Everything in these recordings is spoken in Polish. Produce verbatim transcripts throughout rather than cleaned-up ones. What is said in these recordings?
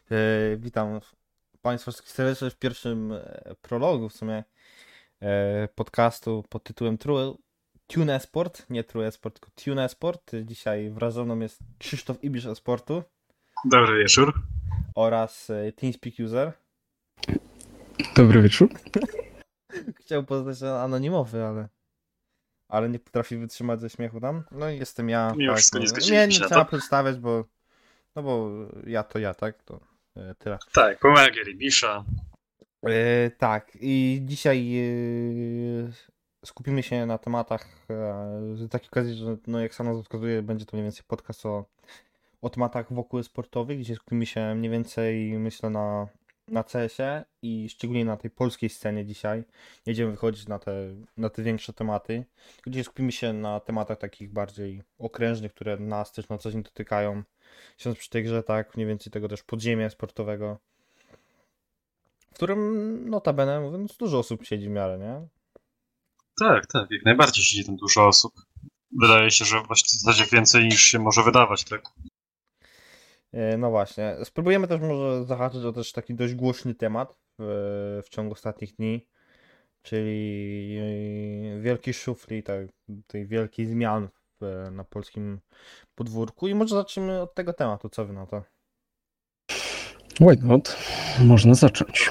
E, witam Państwa wszystkich serdecznie w pierwszym e, prologu w sumie e, podcastu pod tytułem True Tune Esport, nie True Esport, tylko Tune Esport. Dzisiaj wraz ze mną jest Krzysztof Ibisz Esportu Dobry wieczór. oraz e, TeamSpeak User. Dobry wieczór. Chciał pozostać anonimowy, ale ale nie potrafi wytrzymać ze śmiechu tam. No i jestem ja. Mimo tak, wszystko nie no, zgodzili nie, się nie na trzeba to. przedstawiać, bo no bo ja to ja, tak? To e, tyle. Tak, pomaga Ribisza. E, tak, i dzisiaj e, skupimy się na tematach e, z takiej okazji, że no jak sama nazwa wskazuje, będzie to mniej więcej podcast o, o tematach wokół sportowych, gdzie skupimy się mniej więcej, myślę, na, na C S ie i szczególnie na tej polskiej scenie dzisiaj. Nie będziemy wychodzić na te, na te większe tematy, gdzie skupimy się na tematach takich bardziej okrężnych, które nas też na co dzień dotykają. Siedząc przy tej grze, tak, mniej więcej tego też podziemia sportowego, w którym notabene mówiąc dużo osób siedzi w miarę, nie? Tak, tak, jak najbardziej siedzi tam dużo osób. Wydaje się, że właściwie w zasadzie więcej niż się może wydawać, tak? E, No właśnie. Spróbujemy też może zahaczyć o też taki dość głośny temat w, w ciągu ostatnich dni, czyli e, wielkiej szufli, tak, tej wielkiej zmian w, na polskim podwórku i może zacznijmy od tego tematu, co wy na to? Why not? Można zacząć.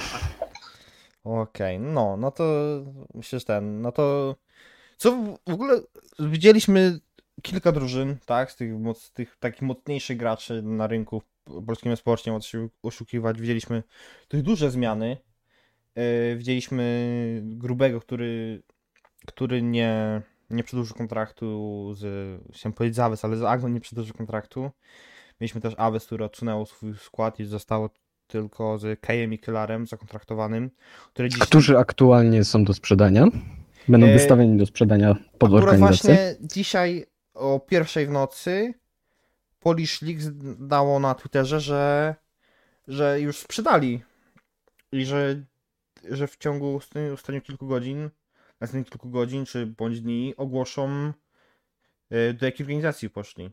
Okej, no, no to myślę, że ten, no to co w, w ogóle widzieliśmy kilka drużyn, tak, z tych, moc, tych takich mocniejszych graczy na rynku w polskim sporcie, nie ma co się oszukiwać, widzieliśmy tych duże zmiany, yy, widzieliśmy Grubego, który, który nie, nie przedłużył kontraktu z, chciałem powiedzieć z Aves, ale z Agno nie przedłużył kontraktu. Mieliśmy też Aves, który odsunęło swój skład i zostało tylko z Kajem i Kellarem zakontraktowanym, które dziś... Którzy aktualnie są do sprzedania? Będą E, wystawieni do sprzedania pod Akurat organizację? właśnie dzisiaj o pierwszej w nocy Polish League dało na Twitterze, że, że już sprzedali i że, że w ciągu ostatnich ostatnich kilku godzin, następnych kilku godzin czy bądź dni ogłoszą, y, do jakiej organizacji poszli.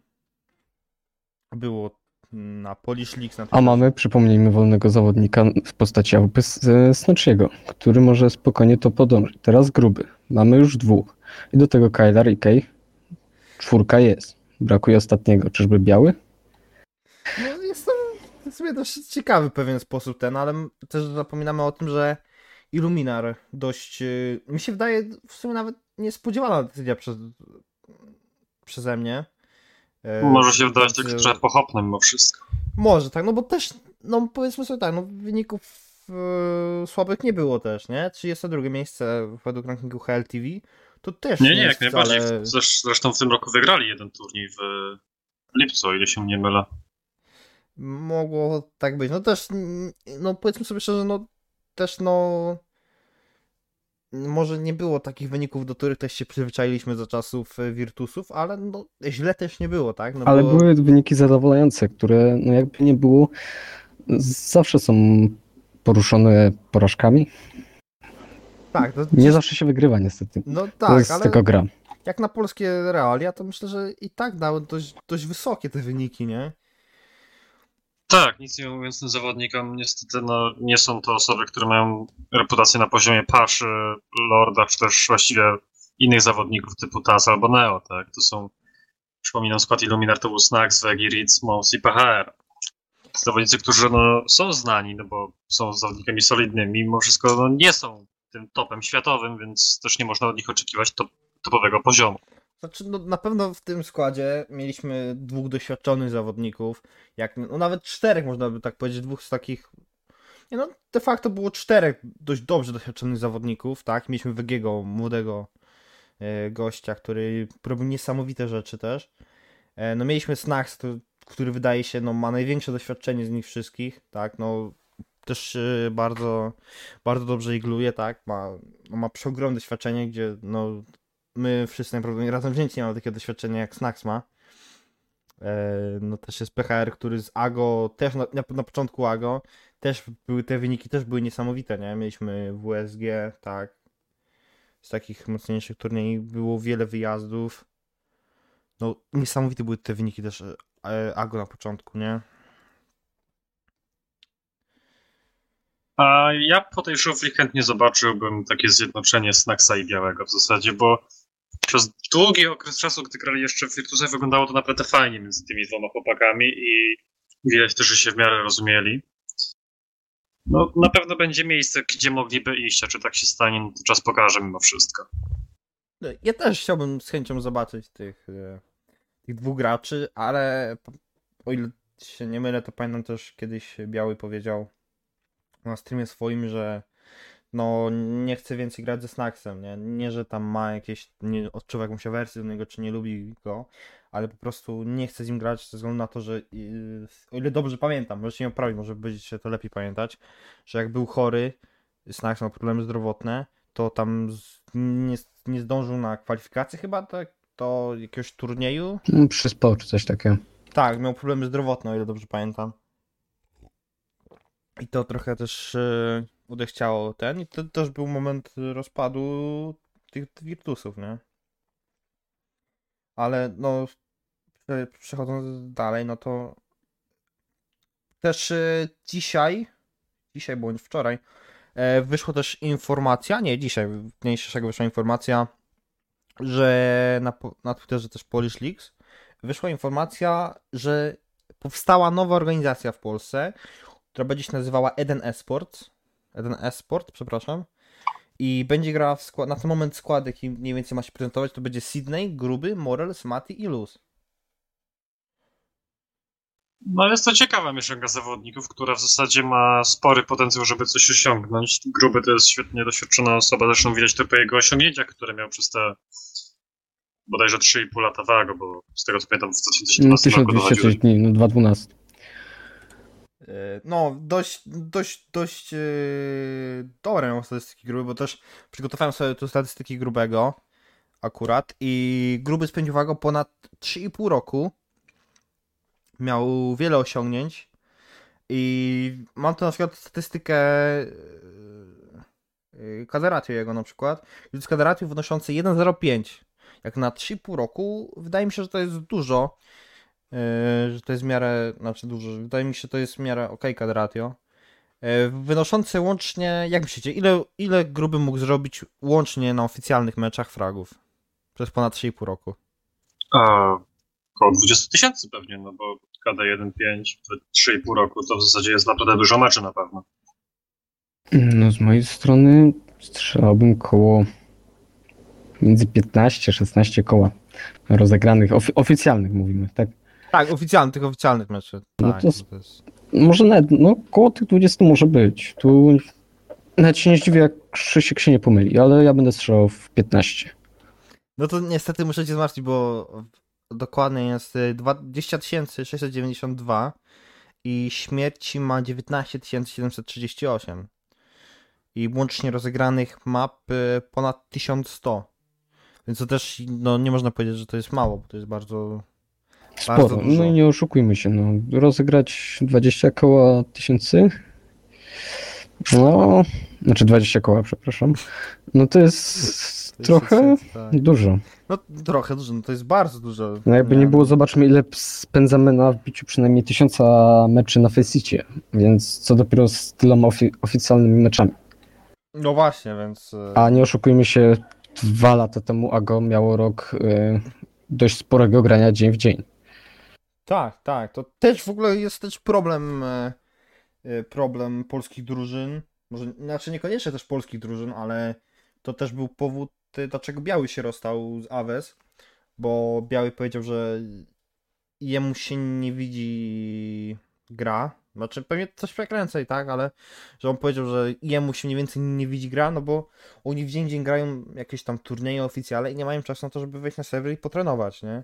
Było na Polish League na A Twitterze. mamy, przypomnijmy, wolnego zawodnika w postaci Aupy z Snochiego, który może spokojnie to podążyć. Teraz Gruby. Mamy już dwóch. I do tego Kylar i Kay. Czwórka jest. Brakuje ostatniego. Czyżby biały? No jest to w sumie dość ciekawy w pewien sposób ten, ale też zapominamy o tym, że Illuminar dość, y, mi się wydaje w sumie nawet niespodziewana decyzja przez, przeze mnie. E, Może się wydawać z- tak trochę pochopne mimo wszystko. Może tak, no bo też, no powiedzmy sobie tak, no wyników e, słabych nie było też, nie? trzydzieste drugie miejsce według rankingu H L T V, to też Nie, nie nie, jest jak najbardziej. wcale... Zresz- Zresztą w tym roku wygrali jeden turniej w lipcu, o ile się nie mylę. Mogło tak być. No też, mm, no powiedzmy sobie szczerze, no też no może nie było takich wyników, do których też się przyzwyczailiśmy za czasów e, Virtusów, ale no źle też nie było, tak? No Ale bo były wyniki zadowalające, które no jakby nie było, zawsze są poruszone porażkami. tak, to Nie dziś, zawsze się wygrywa niestety. no To tak, jest ale tylko gra. jak na polskie realia, to myślę, że i tak dały dość, dość wysokie te wyniki, nie? Tak, nic nie mówiąc tym zawodnikom, niestety no, nie są to osoby, które mają reputację na poziomie Paszy, Lorda, czy też właściwie innych zawodników typu Taz albo Neo, tak? To są, przypominam, skład Illuminar to był Snax, Vegi, Ritz, Mons i P H R. Zawodnicy, którzy no, są znani, no bo są zawodnikami solidnymi, mimo wszystko no, nie są tym topem światowym, więc też nie można od nich oczekiwać top, topowego poziomu. Znaczy, no, na pewno w tym składzie mieliśmy dwóch doświadczonych zawodników, jak, no nawet czterech można by tak powiedzieć, dwóch z takich, nie no, de facto było czterech dość dobrze doświadczonych zawodników, tak? Mieliśmy Wegiego, młodego e, gościa, który robił niesamowite rzeczy też. E, no mieliśmy Snax, który, który wydaje się, no ma największe doświadczenie z nich wszystkich, tak? No też e, bardzo, bardzo dobrze igluje, tak? Ma, no, ma przeogromne doświadczenie, gdzie no my wszyscy najprawdopodobniej razem wzięci nie mamy takiego doświadczenia jak Snax ma. E, no też jest P H R, który z Ago, też na, na, na początku Ago, też były te wyniki, też były niesamowite, nie? Mieliśmy W S G, tak. Z takich mocniejszych turniejów było wiele wyjazdów. No niesamowite były te wyniki też e, Ago na początku, nie? A ja po tej szufli chętnie zobaczyłbym takie zjednoczenie Snacksa i Białego w zasadzie, bo przez długi okres czasu, gdy grali jeszcze w Virtusa, wyglądało to naprawdę fajnie między tymi dwoma chłopakami i widać też, że się w miarę rozumieli. No, na pewno będzie miejsce, gdzie mogliby iść, a czy tak się stanie, no to czas pokaże mimo wszystko. Ja też chciałbym z chęcią zobaczyć tych, e, tych dwóch graczy, ale o ile się nie mylę, to pamiętam też kiedyś Biały powiedział na streamie swoim, że no nie chce więcej grać ze Snacksem, nie? Nie, że tam ma jakieś, nie odczuwa jakąś awersję do niego, czy nie lubi go, ale po prostu nie chce z nim grać ze względu na to, że yy, o ile dobrze pamiętam, możecie mnie poprawić, może będziecie to lepiej pamiętać, że jak był chory, Snacks miał problemy zdrowotne, to tam z, nie, nie zdążył na kwalifikacje chyba, tak, do jakiegoś turnieju. Mm, Przyspał czy coś takiego. Tak, miał problemy zdrowotne, o ile dobrze pamiętam. I to trochę też yy, odechciało ten. I to też był moment rozpadu tych Virtusów, nie? Ale no, prze- przechodząc dalej, no to też yy, dzisiaj, dzisiaj bądź wczoraj, e, wyszła też informacja, nie dzisiaj, dnia dzisiejszego wyszła informacja, że na, po- na Twitterze też Polish Leaks wyszła informacja, że powstała nowa organizacja w Polsce, która będzie się nazywała Eden Esports. Eden Esport, przepraszam. I będzie grała w skład. Na ten moment skład, jaki mniej więcej ma się prezentować, to będzie Sydney, Gruby, Morel, Mati i Luz. No jest to ciekawa mieszanka zawodników, która w zasadzie ma spory potencjał, żeby coś osiągnąć. Gruby to jest świetnie doświadczona osoba, zresztą widać to po jego osiągnięciach, które miał przez te bodajże trzy i pół lata Wago, bo z tego co pamiętam w dwa tysiące No, czternastym roku tysiąc dwieście dochodziły. coś dni, no dwa tysiące dwunasty. Yy, No, dość, dość, dość yy, dobre miał statystyki Gruby, bo też przygotowałem sobie tu statystyki Grubego akurat i Gruby spędził Wago ponad trzy i pół roku. Miał wiele osiągnięć i mam tu na przykład statystykę yy, Kaderatio jego na przykład. Jest Kaderatio wynoszący jeden przecinek zero pięć. Jak na trzy i pół roku, wydaje mi się, że to jest dużo. Yy, że to jest w miarę, znaczy dużo, wydaje mi się, że to jest w miarę ok Kaderatio. Yy, wynoszący łącznie, jak myślicie, ile, ile Gruby mógł zrobić łącznie na oficjalnych meczach fragów? Przez ponad trzy i pół roku. A, około dwadzieścia tysięcy pewnie, no bo K D jeden pięć w trzy i pół roku to w zasadzie jest naprawdę dużo meczy na pewno. No z mojej strony strzelałbym koło między piętnaście szesnaście koła rozegranych, ofi- oficjalnych mówimy, tak? Tak, oficjalnych, tych oficjalnych meczy. No Tak, to to jest... Może nawet, no koło tych dwudziestu może być. Tu nawet się nie zdziwię, jak Krzysiek się nie pomyli, ale ja będę strzelał w piętnaście. No to niestety muszę cię zmartwić, bo dokładnie jest y, dwadzieścia tysięcy sześćset dziewięćdziesiąt dwa i śmierci ma dziewiętnaście tysięcy siedemset trzydzieści osiem. I łącznie rozegranych map y, ponad tysiąc sto. Więc to też no, nie można powiedzieć, że to jest mało, bo to jest bardzo... Bardzo Sporo. dużo. No i nie oszukujmy się, no. Rozegrać dwadzieścia koła tysięcy? No, znaczy dwadzieścia koła, przepraszam. No to jest To jest trochę sukces, tak. dużo. No trochę dużo, no to jest bardzo dużo. No jakby nie było, zobaczmy ile spędzamy na wbiciu przynajmniej tysiąca meczy na Faceicie, więc co dopiero z tyloma ofi- oficjalnymi meczami. No właśnie, więc... y, A nie oszukujmy się, dwa lata temu Ago miało rok y, dość sporego grania dzień w dzień. Tak, tak. To też w ogóle jest też problem, e, e, problem polskich drużyn. Może, znaczy niekoniecznie też polskich drużyn, ale to też był powód, e, dlaczego Biały się rozstał z Aves, bo Biały powiedział, że jemu się nie widzi gra. Znaczy pewnie coś przekręcaj, tak, ale że on powiedział, że jemu się mniej więcej nie widzi gra, no bo oni w dzień dzień grają jakieś tam turnieje oficjalne i nie mają czasu na to, żeby wejść na serwer i potrenować, nie?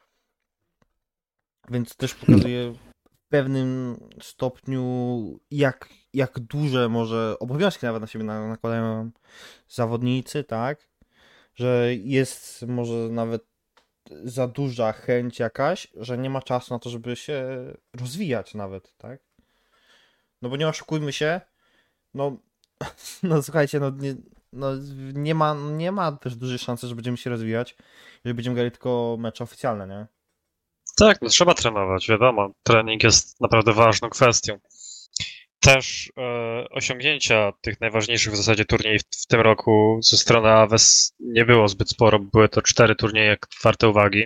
Więc też pokazuje w pewnym stopniu, jak, jak duże może obowiązki nawet na siebie na- nakładają zawodnicy, tak? Że jest może nawet za duża chęć jakaś, że nie ma czasu na to, żeby się rozwijać nawet, tak? No bo nie oszukujmy się, no, no słuchajcie, no nie, no nie ma, nie ma też dużej szansy, że będziemy się rozwijać, jeżeli będziemy grali tylko mecze oficjalne, nie? Tak, no trzeba trenować, wiadomo. Trening jest naprawdę ważną kwestią. też e, osiągnięcia tych najważniejszych w zasadzie turniejów w tym roku ze strony Aves nie było zbyt sporo. Były to cztery turnieje warte uwagi.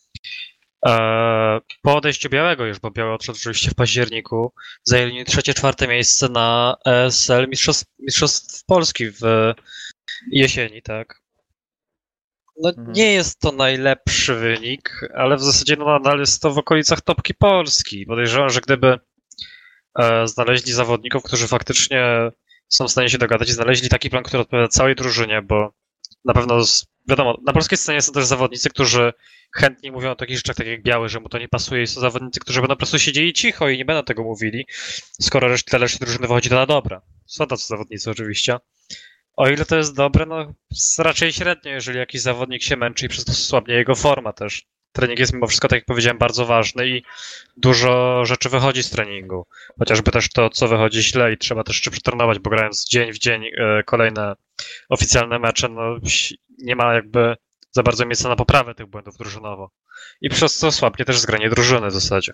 E, po odejściu Białego już, bo Biały odszedł oczywiście w październiku, zajęli trzecie, czwarte miejsce na E S L Mistrzostw, Mistrzostw Polski w jesieni, tak. No Mhm. nie jest to najlepszy wynik, ale w zasadzie no, nadal jest to w okolicach topki Polski. Podejrzewam, że gdyby e, znaleźli zawodników, którzy faktycznie są w stanie się dogadać i znaleźli taki plan, który odpowiada całej drużynie, bo na pewno, z, wiadomo, na polskiej scenie są też zawodnicy, którzy chętnie mówią o takich rzeczach, tak jak Biały, że mu to nie pasuje i są zawodnicy, którzy będą po prostu siedzieli cicho i nie będą tego mówili, skoro reszta, reszta drużyny wychodzi to na dobre. Są tacy zawodnicy oczywiście. O ile to jest dobre, no raczej średnio, jeżeli jakiś zawodnik się męczy i przez to słabnie jego forma też. Trening jest mimo wszystko, tak jak powiedziałem, bardzo ważny i dużo rzeczy wychodzi z treningu. Chociażby też to, co wychodzi źle i trzeba też jeszcze przetrenować, bo grając dzień w dzień e, kolejne oficjalne mecze, no nie ma jakby za bardzo miejsca na poprawę tych błędów drużynowo. I przez to słabnie też zgranie drużyny w zasadzie.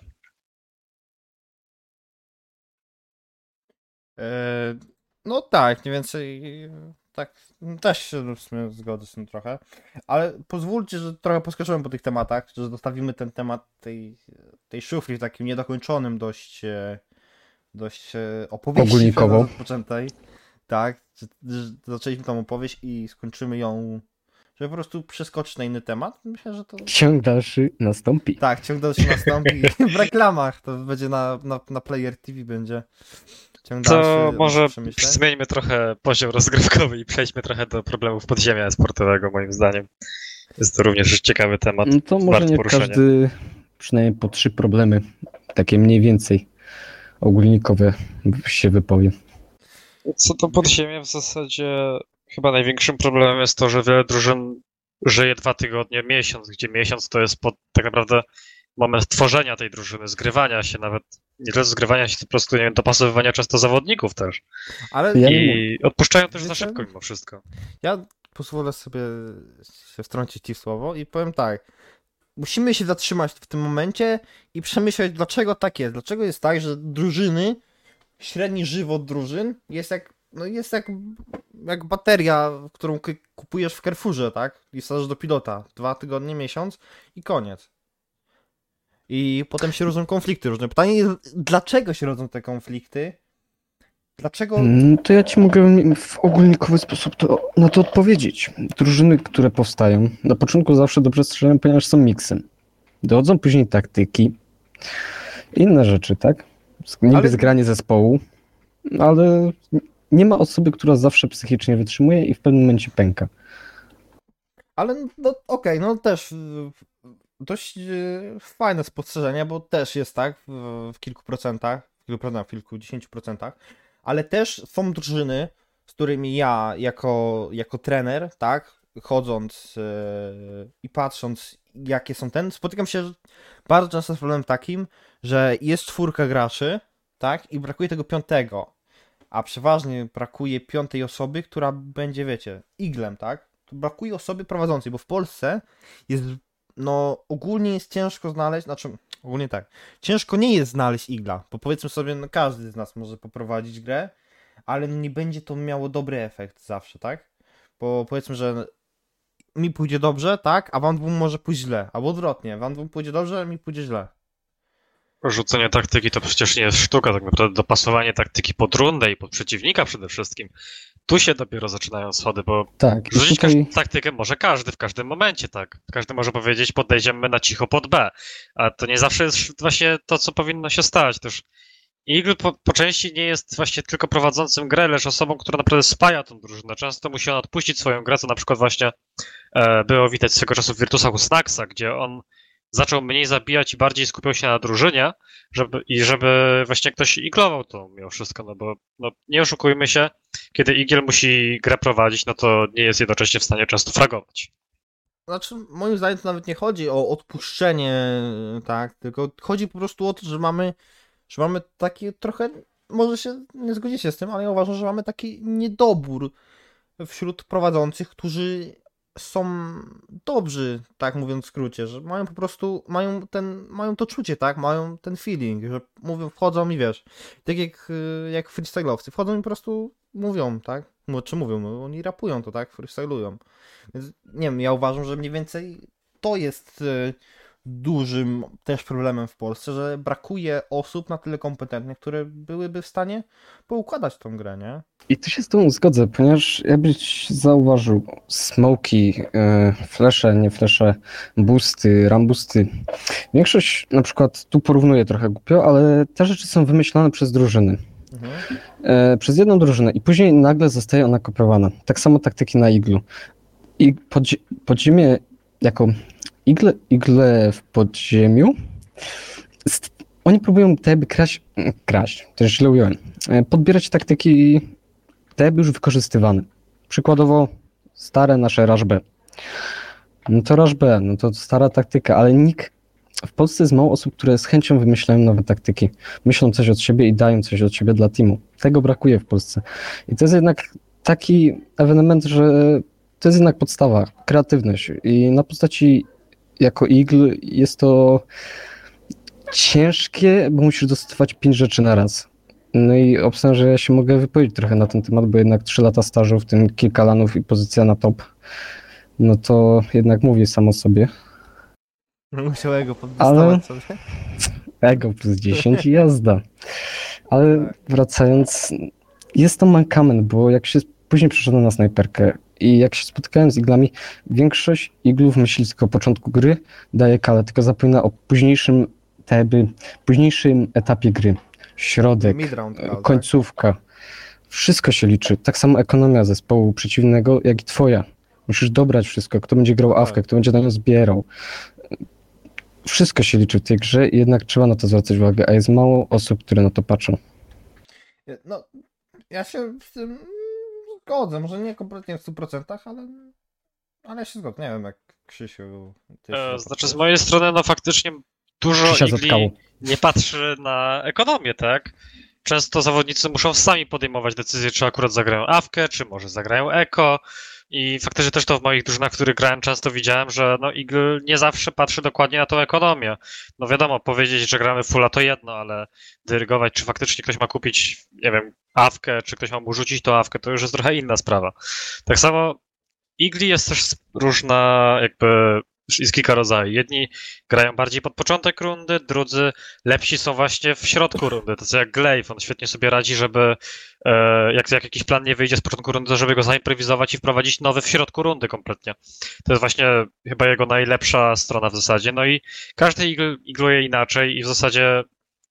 E, No tak, mniej więcej tak, też się w sumie zgodzę z tym trochę, ale pozwólcie, że trochę poskoczyłem po tych tematach, że zostawimy ten temat tej, tej szufli w takim niedokończonym dość, e, dość e, opowieści Ogólnikowo. rozpoczętej, tak, że, że zaczęliśmy tą opowieść i skończymy ją, żeby po prostu przeskoczyć na inny temat. Myślę, że to Ciąg dalszy nastąpi. tak, ciąg dalszy nastąpi w reklamach, to będzie na, na, na Player T V będzie. Ciąg To dalszy może przemyśleń. zmieńmy trochę poziom rozgrywkowy i przejdźmy trochę do problemów podziemia sportowego, moim zdaniem. Jest to również ciekawy temat. No to może wart nie poruszenia. każdy, przynajmniej po trzy problemy, takie mniej więcej ogólnikowe się wypowie. Co do podziemia, w zasadzie chyba największym problemem jest to, że wiele drużyn żyje dwa tygodnie, miesiąc, gdzie miesiąc to jest pod, tak naprawdę moment tworzenia tej drużyny, zgrywania się nawet, nie tyle zgrywania się, to po prostu nie wiem, dopasowywania często zawodników też. Ale Ja- I odpuszczają też za Wiecie- szybko mimo wszystko. ja pozwolę sobie się wtrącić ci w słowo i powiem tak. Musimy się zatrzymać w tym momencie i przemyśleć, dlaczego tak jest. Dlaczego jest tak, że drużyny, średni żywot drużyn jest jak, no jest jak, jak bateria, którą k- kupujesz w Carrefourze, tak? I wsadzasz do pilota. Dwa tygodnie, miesiąc i koniec. I potem się rodzą konflikty różne. Pytanie jest, dlaczego się rodzą te konflikty? Dlaczego... No to ja ci mogę w ogólnikowy sposób to, na to odpowiedzieć. Drużyny, które powstają, na początku zawsze dobrze strzelają, ponieważ są miksem. Dochodzą później taktyki, inne rzeczy, tak? Niby Ale- zgranie zespołu, ale nie ma osoby, która zawsze psychicznie wytrzymuje i w pewnym momencie pęka. Ale no okej, no też y, dość y, fajne spostrzeżenie, bo też jest tak w, w kilku procentach, w kilku procentach, w kilkudziesięciu procentach, ale też są drużyny, z którymi ja jako, jako trener, tak, chodząc y, i patrząc jakie są ten, spotykam się bardzo często z problemem takim, że jest czwórka graczy, tak, i brakuje tego piątego, a przeważnie brakuje piątej osoby, która będzie, wiecie, iglem, tak? To brakuje osoby prowadzącej, bo w Polsce jest, no ogólnie jest ciężko znaleźć, znaczy ogólnie tak, ciężko nie jest znaleźć igla, bo powiedzmy sobie, no każdy z nas może poprowadzić grę, ale nie będzie to miało dobry efekt zawsze, tak? Bo powiedzmy, że mi pójdzie dobrze, tak, a wam dwóm może pójść źle, albo odwrotnie, wam dwóm pójdzie dobrze, a mi pójdzie źle. Rzucenie taktyki to przecież nie jest sztuka, tak naprawdę dopasowanie taktyki pod rundę i pod przeciwnika przede wszystkim. Tu się dopiero zaczynają schody, bo Tak, i rzucić tutaj każdą taktykę może każdy w każdym momencie, tak. Każdy może powiedzieć, podejdziemy na cicho pod B, a to nie zawsze jest właśnie to, co powinno się stać. Też Eagle po, po części nie jest właśnie tylko prowadzącym grę, lecz osobą, która naprawdę spaja tą drużynę. Często musi on odpuścić swoją grę, co na przykład właśnie e, było widać swego czasu w Virtusach u Snacksa, gdzie on zaczął mniej zabijać i bardziej skupiał się na drużynie, żeby, i żeby właśnie ktoś iglował to mimo wszystko, no bo no, nie oszukujmy się, kiedy Igiel musi grę prowadzić, no to nie jest jednocześnie w stanie często fragować. Znaczy, moim zdaniem to nawet nie chodzi o odpuszczenie, tak, tylko chodzi po prostu o to, że mamy, że mamy taki trochę, może się nie zgodzicie z tym, ale ja uważam, że mamy taki niedobór wśród prowadzących, którzy są dobrzy, tak mówiąc w skrócie, że mają po prostu, mają ten, mają to czucie, tak, mają ten feeling, że mówią, wchodzą i wiesz, tak jak, y, jak freestyle'owcy, wchodzą i po prostu mówią, tak, no, czy mówią, no, oni rapują to, tak, freestylują, więc nie wiem, ja uważam, że mniej więcej to jest y, dużym też problemem w Polsce, że brakuje osób na tyle kompetentnych, które byłyby w stanie poukładać tą grę, nie? I tu się z tą zgodzę, ponieważ jakbyś zauważył smoki, e, flesze, nie flesze, boosty, rambusty. Większość na przykład tu porównuję trochę głupio, ale te rzeczy są wymyślane przez drużyny. Mhm. E, przez jedną drużynę i później nagle zostaje ona kopiowana. Tak samo taktyki na iglu. I podzie- podziemie jako igle, igle w podziemiu st- oni próbują te by kraść, kraść, też źle ująłem, e, podbierać taktyki te by już wykorzystywane. Przykładowo stare nasze Rush B. No to Rush B, no to stara taktyka, ale nikt, w Polsce jest mało osób, które z chęcią wymyślają nowe taktyki. Myślą coś od siebie i dają coś od siebie dla teamu. Tego brakuje w Polsce. I to jest jednak taki ewenement, że to jest jednak podstawa, kreatywność. I na postaci jako Eagle jest to ciężkie, bo musisz dostosować pięć rzeczy na raz. No i obstawiam, że ja się mogę wypowiedzieć trochę na ten temat, bo jednak trzy lata stażu, w tym kilka lanów i pozycja na top, no to jednak mówię samo sobie. Musiałego podstawać Ale- sobie. Ego plus dziesięć i jazda. Ale wracając, jest to mankament, bo jak się później przeszedłem na snajperkę i jak się spotykałem z iglami, większość iglów myśli tylko o początku gry, daje kalę, tylko zapomina o późniejszym, te jakby, późniejszym etapie gry. Środek, Mid-round call, tak? końcówka. Wszystko się liczy. Tak samo ekonomia zespołu przeciwnego, jak i twoja. Musisz dobrać wszystko, kto będzie grał awkę, Tak. kto będzie na nią zbierał. Wszystko się liczy w tej grze i jednak trzeba na to zwracać uwagę, a jest mało osób, które na to patrzą. No, ja się z tym zgodzę, może nie kompletnie w stu procentach, ale, ale ja się zgodzę. Nie wiem, jak Krzysiu... Ty się E, na to znaczy z patrzysz. mojej strony, no faktycznie dużo Krzysia zatkało. igli nie patrzy na ekonomię, tak? Często zawodnicy muszą sami podejmować decyzję, czy akurat zagrają awkę, czy może zagrają eko. I faktycznie też to w moich drużynach, w których grałem, często widziałem, że no Eagle nie zawsze patrzy dokładnie na tą ekonomię. No wiadomo, powiedzieć, że gramy fulla to jedno, ale dyrygować, czy faktycznie ktoś ma kupić, nie wiem, awkę, czy ktoś ma mu rzucić tą awkę, to już jest trochę inna sprawa. Tak samo Igli jest też różna, jakby jest kilka rodzajów. Jedni grają bardziej pod początek rundy, drudzy lepsi są właśnie w środku rundy, tacy jak Glaive, on świetnie sobie radzi, żeby e, jak, jak jakiś plan nie wyjdzie z początku rundy, to żeby go zaimprowizować i wprowadzić nowy w środku rundy kompletnie. To jest właśnie chyba jego najlepsza strona w zasadzie, no i każdy igl, igluje inaczej i w zasadzie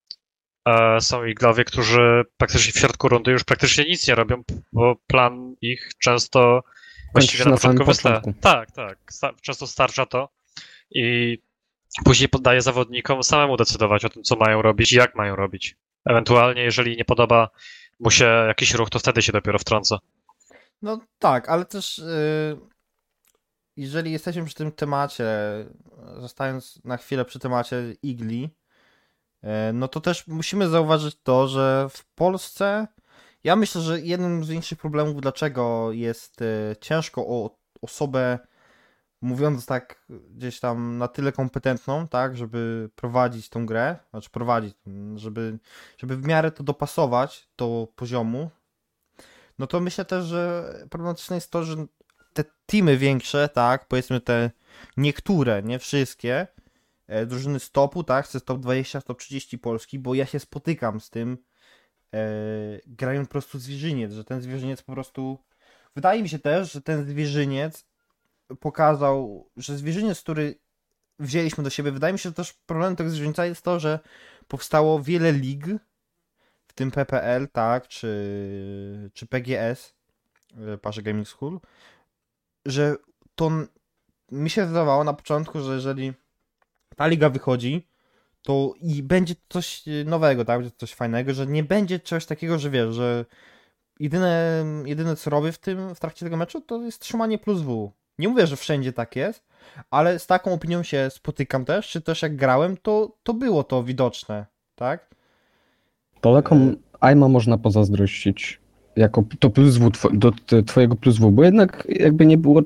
e, są iglowie, którzy praktycznie w środku rundy już praktycznie nic nie robią, bo plan ich często właściwie na, na samym początku wystarcza. początku. Tak, tak. Sta- często starcza to i później poddaje zawodnikom samemu decydować o tym, co mają robić i jak mają robić. Ewentualnie, jeżeli nie podoba mu się jakiś ruch, to wtedy się dopiero wtrąca. No tak, ale też y, jeżeli jesteśmy przy tym temacie, zostając na chwilę przy temacie igli, y, no to też musimy zauważyć to, że w Polsce, ja myślę, że jednym z większych problemów, dlaczego jest y, ciężko o osobę, mówiąc tak gdzieś tam na tyle kompetentną, tak, żeby prowadzić tą grę, znaczy prowadzić, żeby, żeby w miarę to dopasować do poziomu, no to myślę też, że problematyczne jest to, że te teamy większe, tak, powiedzmy te niektóre, nie wszystkie, e, drużyny z topu, tak, z top dwadzieścia, top trzydzieści Polski, bo ja się spotykam z tym, e, grają po prostu zwierzyniec, że ten zwierzyniec po prostu, wydaje mi się też, że ten zwierzyniec pokazał, że zwierzyniec, który wzięliśmy do siebie, wydaje mi się, że też problemem tego zwierzyńca jest to, że powstało wiele lig, w tym P P L, tak, czy, czy P G S, Pasze Gaming School, że to n- mi się wydawało na początku, że jeżeli ta liga wychodzi, to i będzie coś nowego, tak, będzie coś fajnego, że nie będzie czegoś takiego, że wiesz, że jedyne, jedyne co robię w tym, w trakcie tego meczu, to jest trzymanie plus W. Nie mówię, że wszędzie tak jest, ale z taką opinią się spotykam też, czy też jak grałem, to, to było to widoczne, tak? Polakom Aima można pozazdrościć jako to plus W, two- do t- twojego plus W, bo jednak jakby nie było,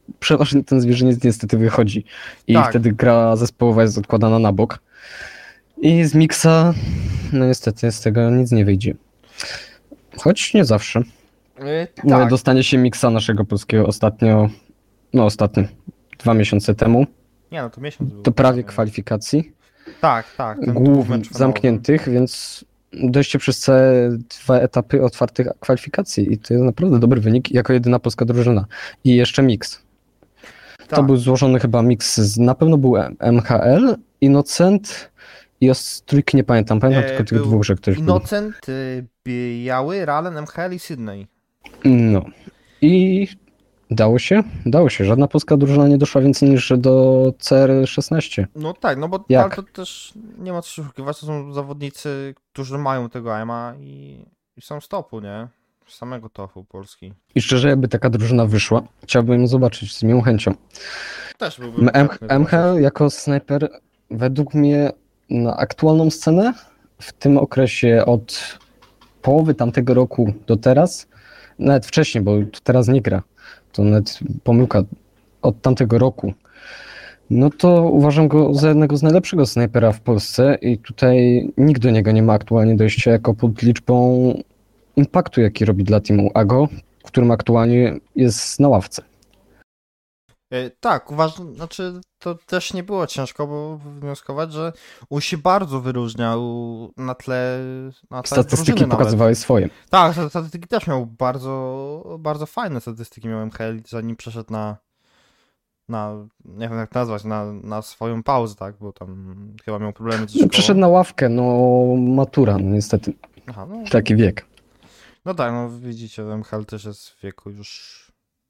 przeważnie ten zwierzyniec niestety wychodzi i Tak. wtedy gra zespołowa jest odkładana na bok. I z miksa, no niestety z tego nic nie wyjdzie. Choć nie zawsze. Yy, No, tak, dostanie się miksa naszego polskiego ostatnio, no ostatnio, dwa miesiące temu, nie no to miesiąc był. to prawie kwalifikacji, Tak, tak. ten głównych, mecz finałowy. zamkniętych, więc dojście przez całe dwa etapy otwartych kwalifikacji i to jest naprawdę dobry wynik jako jedyna polska drużyna. I jeszcze miks. To Tak. był złożony chyba miks, z, na pewno był M H L, Innocent i Ostrójki, nie pamiętam, pamiętam E, tylko tych był dwóch, że ktoś był. Innocent, y, Biały, Ralen, M H L i Sydney. No i dało się, dało się, żadna polska drużyna nie doszła więcej niż do C R szesnaście. No tak, no bo Jak? ale to też nie ma co się oszukiwać, to są zawodnicy, którzy mają tego A M A i, i są z topu, nie? Z samego topu Polski. I szczerze, jakby taka drużyna wyszła, chciałbym ją zobaczyć z miłą chęcią. Też byłbym M- chętny M H L jako snajper według mnie na aktualną scenę w tym okresie od połowy tamtego roku do teraz, nawet wcześniej, bo teraz nie gra, to nawet pomyłka od tamtego roku, no to uważam go za jednego z najlepszego snajpera w Polsce i tutaj nikt do niego nie ma aktualnie dojścia jako pod liczbą impaktu, jaki robi dla teamu Ago, w którym aktualnie jest na ławce. E, Tak, uważam, znaczy to też nie było ciężko, bo wywnioskować, że on się bardzo wyróżniał na tle, na tle Statystyki drużyny nawet. pokazywały swoje. Tak, sta- statystyki też miał bardzo, bardzo fajne statystyki miał M H L, zanim przeszedd na, na, nie wiem jak nazwać, na, na swoją pauzę, tak, bo tam chyba miał problemy ze No, szkołą. przeszedł na ławkę, no matura, no niestety, Aha, no, taki wiek. no tak, no widzicie, M H L też jest w wieku już...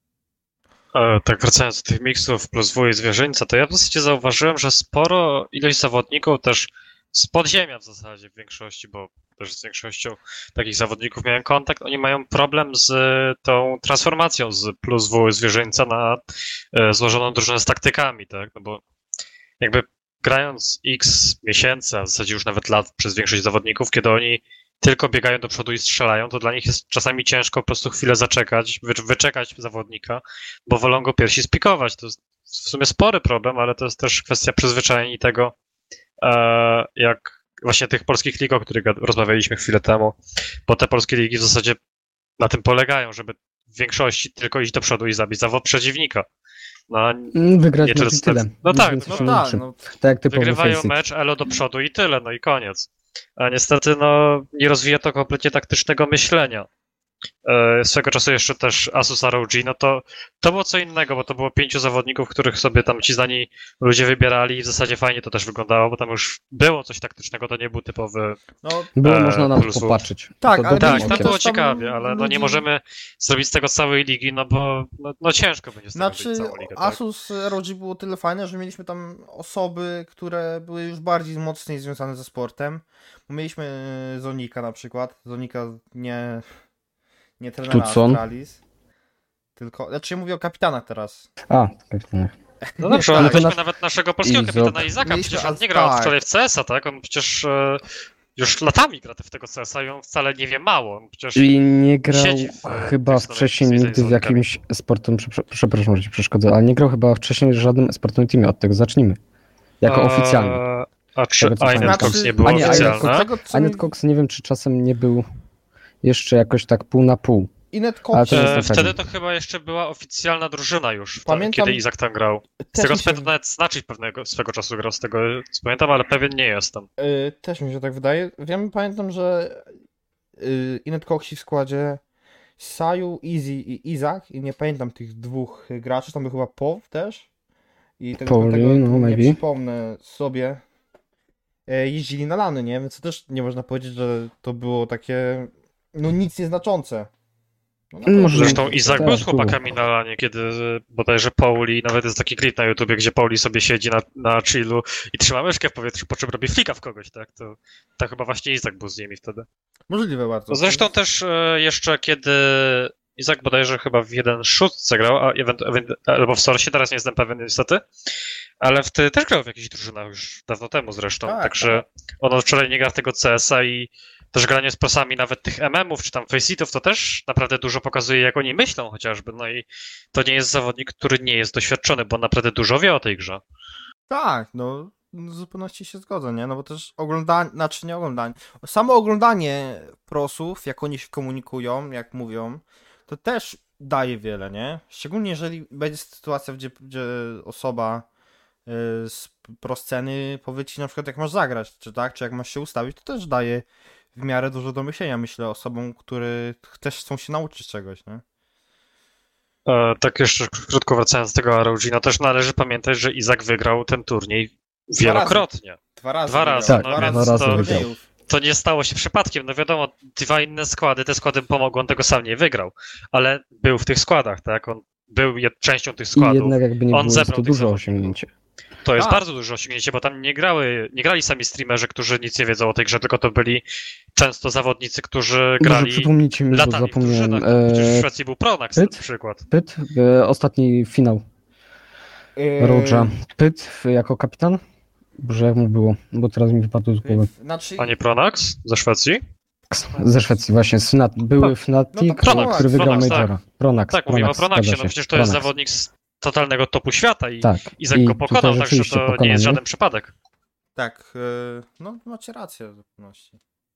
E, tak wracając do tych miksów plus W i zwierzyńca, to ja w zasadzie zauważyłem, że sporo ilość zawodników też z podziemia w zasadzie w większości, bo też z większością takich zawodników miałem kontakt, oni mają problem z tą transformacją z plus W zwierzyńca na e, złożoną drużynę z taktykami, tak, no bo jakby grając x miesięcy, a w zasadzie już nawet lat przez większość zawodników, kiedy oni tylko biegają do przodu i strzelają, to dla nich jest czasami ciężko po prostu chwilę zaczekać, wy, wyczekać zawodnika, bo wolą go pierwsi spikować. To jest w sumie spory problem, ale to jest też kwestia przyzwyczajenia i tego, e, jak właśnie tych polskich lig, o których gad- rozmawialiśmy chwilę temu, bo te polskie ligi w zasadzie na tym polegają, żeby w większości tylko iść do przodu i zabić zawód przeciwnika. No, Mm, Wygrać Nie, mecz to i jest tyle. tak- no Nic tak, więcej No się nie tak, liczy. no, Tak jak typowy wygrywają Faceit. mecz, elo do przodu i tyle, no i koniec. A niestety, no, nie rozwija to kompletnie taktycznego myślenia. E, swego czasu jeszcze też Asus R O G, no to to było co innego, bo to było pięciu zawodników, których sobie tam ci znani ludzie wybierali i w zasadzie fajnie to też wyglądało, bo tam już było coś taktycznego, to nie był typowy... no Było E, można na plus to W. popatrzeć. Tak, To ale dobrym Tak, mieliśmy tam okiem. było też tam ciekawie, ale no nie ludzi- możemy zrobić z tego całej ligi, no bo no, no ciężko będzie z tego Znaczy, zrobić całą ligę, tak? Asus R O G było tyle fajne, że mieliśmy tam osoby, które były już bardziej mocniej związane ze sportem. Bo mieliśmy e, Zonika na przykład. Zonika nie, nie trenera Tucson. Astralis. Tylko, znaczy ja mówię o kapitanach teraz. A, kapitanie. No dobrze, tak. ale No to mieliśmy nasz- nawet naszego polskiego Izok. kapitana Izaka, Mieliśmy przecież on Al- nie grał tak. wczoraj w C S a, tak? On przecież e, już latami gra w tego C S a i on wcale nie wie mało. On przecież I nie grał Siedzi w, e, chyba tych samych wcześniej związkach nigdy w z zawodnikami. jakimś sportowym, prze- przepraszam, że ci przeszkodzę, ale nie grał chyba wcześniej w żadnym sportowym teamie, od tego zacznijmy. Jako oficjalnie. E, a czy Tego, co Inet pamiętam. Cox nie było A nie, Inet oficjalne? Cox- Tego, co Anet mi- Cox nie wiem, czy czasem nie był jeszcze jakoś tak pół na pół. Inet Ale Cox, to nie E, jestem wtedy pewien. to chyba jeszcze była oficjalna drużyna już, to, Pamiętam- kiedy Izak tam grał. Z też tego mi co się, pamiętam, nawet Znaczyć pewnego swego czasu grał, z tego co pamiętam, ale pewien nie jestem. y, też mi się tak wydaje. Wiem, pamiętam, że y, Inet Coxi w składzie Saju, Easy i Izak i nie pamiętam tych dwóch graczy, tam był chyba Pow też. I tego, Powli, tego no, nie maybe. przypomnę sobie. E, jeździli na lany, nie? Więc to też nie można powiedzieć, że to było takie no nic nieznaczące. No, na pewno Może- było Zresztą coś Izak tak, był z było. chłopakami na lanie, kiedy e, bodajże Pauli, nawet jest taki klip na YouTubie, gdzie Pauli sobie siedzi na, na chillu i trzyma myszkę w powietrzu, po czym robi flika w kogoś, tak? To, to chyba właśnie Izak był z nimi wtedy. Możliwe bardzo. Zresztą też e, jeszcze kiedy Izak bodajże chyba w jeden szóstce grał, a event, event, albo w Source, teraz nie jestem pewien niestety, ale wtedy też grał w jakichś drużynach już dawno temu zresztą, Tak, także on od wczoraj nie gra w tego C S a i też granie z prosami nawet tych M M ów czy tam faceitów to też naprawdę dużo pokazuje, jak oni myślą chociażby. No i to nie jest zawodnik, który nie jest doświadczony, bo on naprawdę dużo wie o tej grze. Tak, no w zupełności się zgodzę, nie? No bo też oglądanie, znaczy nie oglądanie, samo oglądanie prosów, jak oni się komunikują, jak mówią, to też daje wiele, nie? Szczególnie jeżeli będzie sytuacja, gdzie, gdzie osoba y, z pro sceny powie ci na przykład jak masz zagrać, czy tak, czy jak masz się ustawić, to też daje w miarę dużo do myślenia, myślę, osobom, które też chcą się nauczyć czegoś, nie? E, tak jeszcze krótko wracając do tego R O G, no też należy pamiętać, że Izak wygrał ten turniej wielokrotnie. Dwa razy. Dwa wygrał. razy, Tak, no dwa więc dwa razy to, wygrał. to nie stało się przypadkiem. No wiadomo, dwa inne składy, te składy pomogły, on tego sam nie wygrał, ale był w tych składach, tak? On był jed- częścią tych I składów. jednak jakby nie On było, jest zebrał to tych duże zawodników. osiągnięcie. To jest Tak. bardzo duże osiągnięcie, bo tam nie grały, nie grali sami streamerzy, którzy nic nie wiedzą o tej grze, tylko to byli często zawodnicy, którzy Może grali przypomnijcie mi, bo latami w zapomniałem. drużynach. Przecież w E, Szwecji był Pronax Pyt? na przykład. Pyt, e, ostatni finał Yy, Roja. Pyt w- jako kapitan? Boże, jak mu było? Bo teraz mi wypadło z głowy. Znaczy, A nie Pronax ze Szwecji? Ze Szwecji właśnie, z Fnat, były No, Fnatic, no to Pronax, który wygrał Pronax, tak. Majora. Pronax, Tak, mówimy o Pronax, Pronaxie, zgadza no się. przecież to jest Pronax. zawodnik z totalnego topu świata i Tak. Izak I go tutaj pokonał, także rzeczywiście to nie pokonał, jest nie? żaden przypadek. tak, yy, no macie rację w zupełności.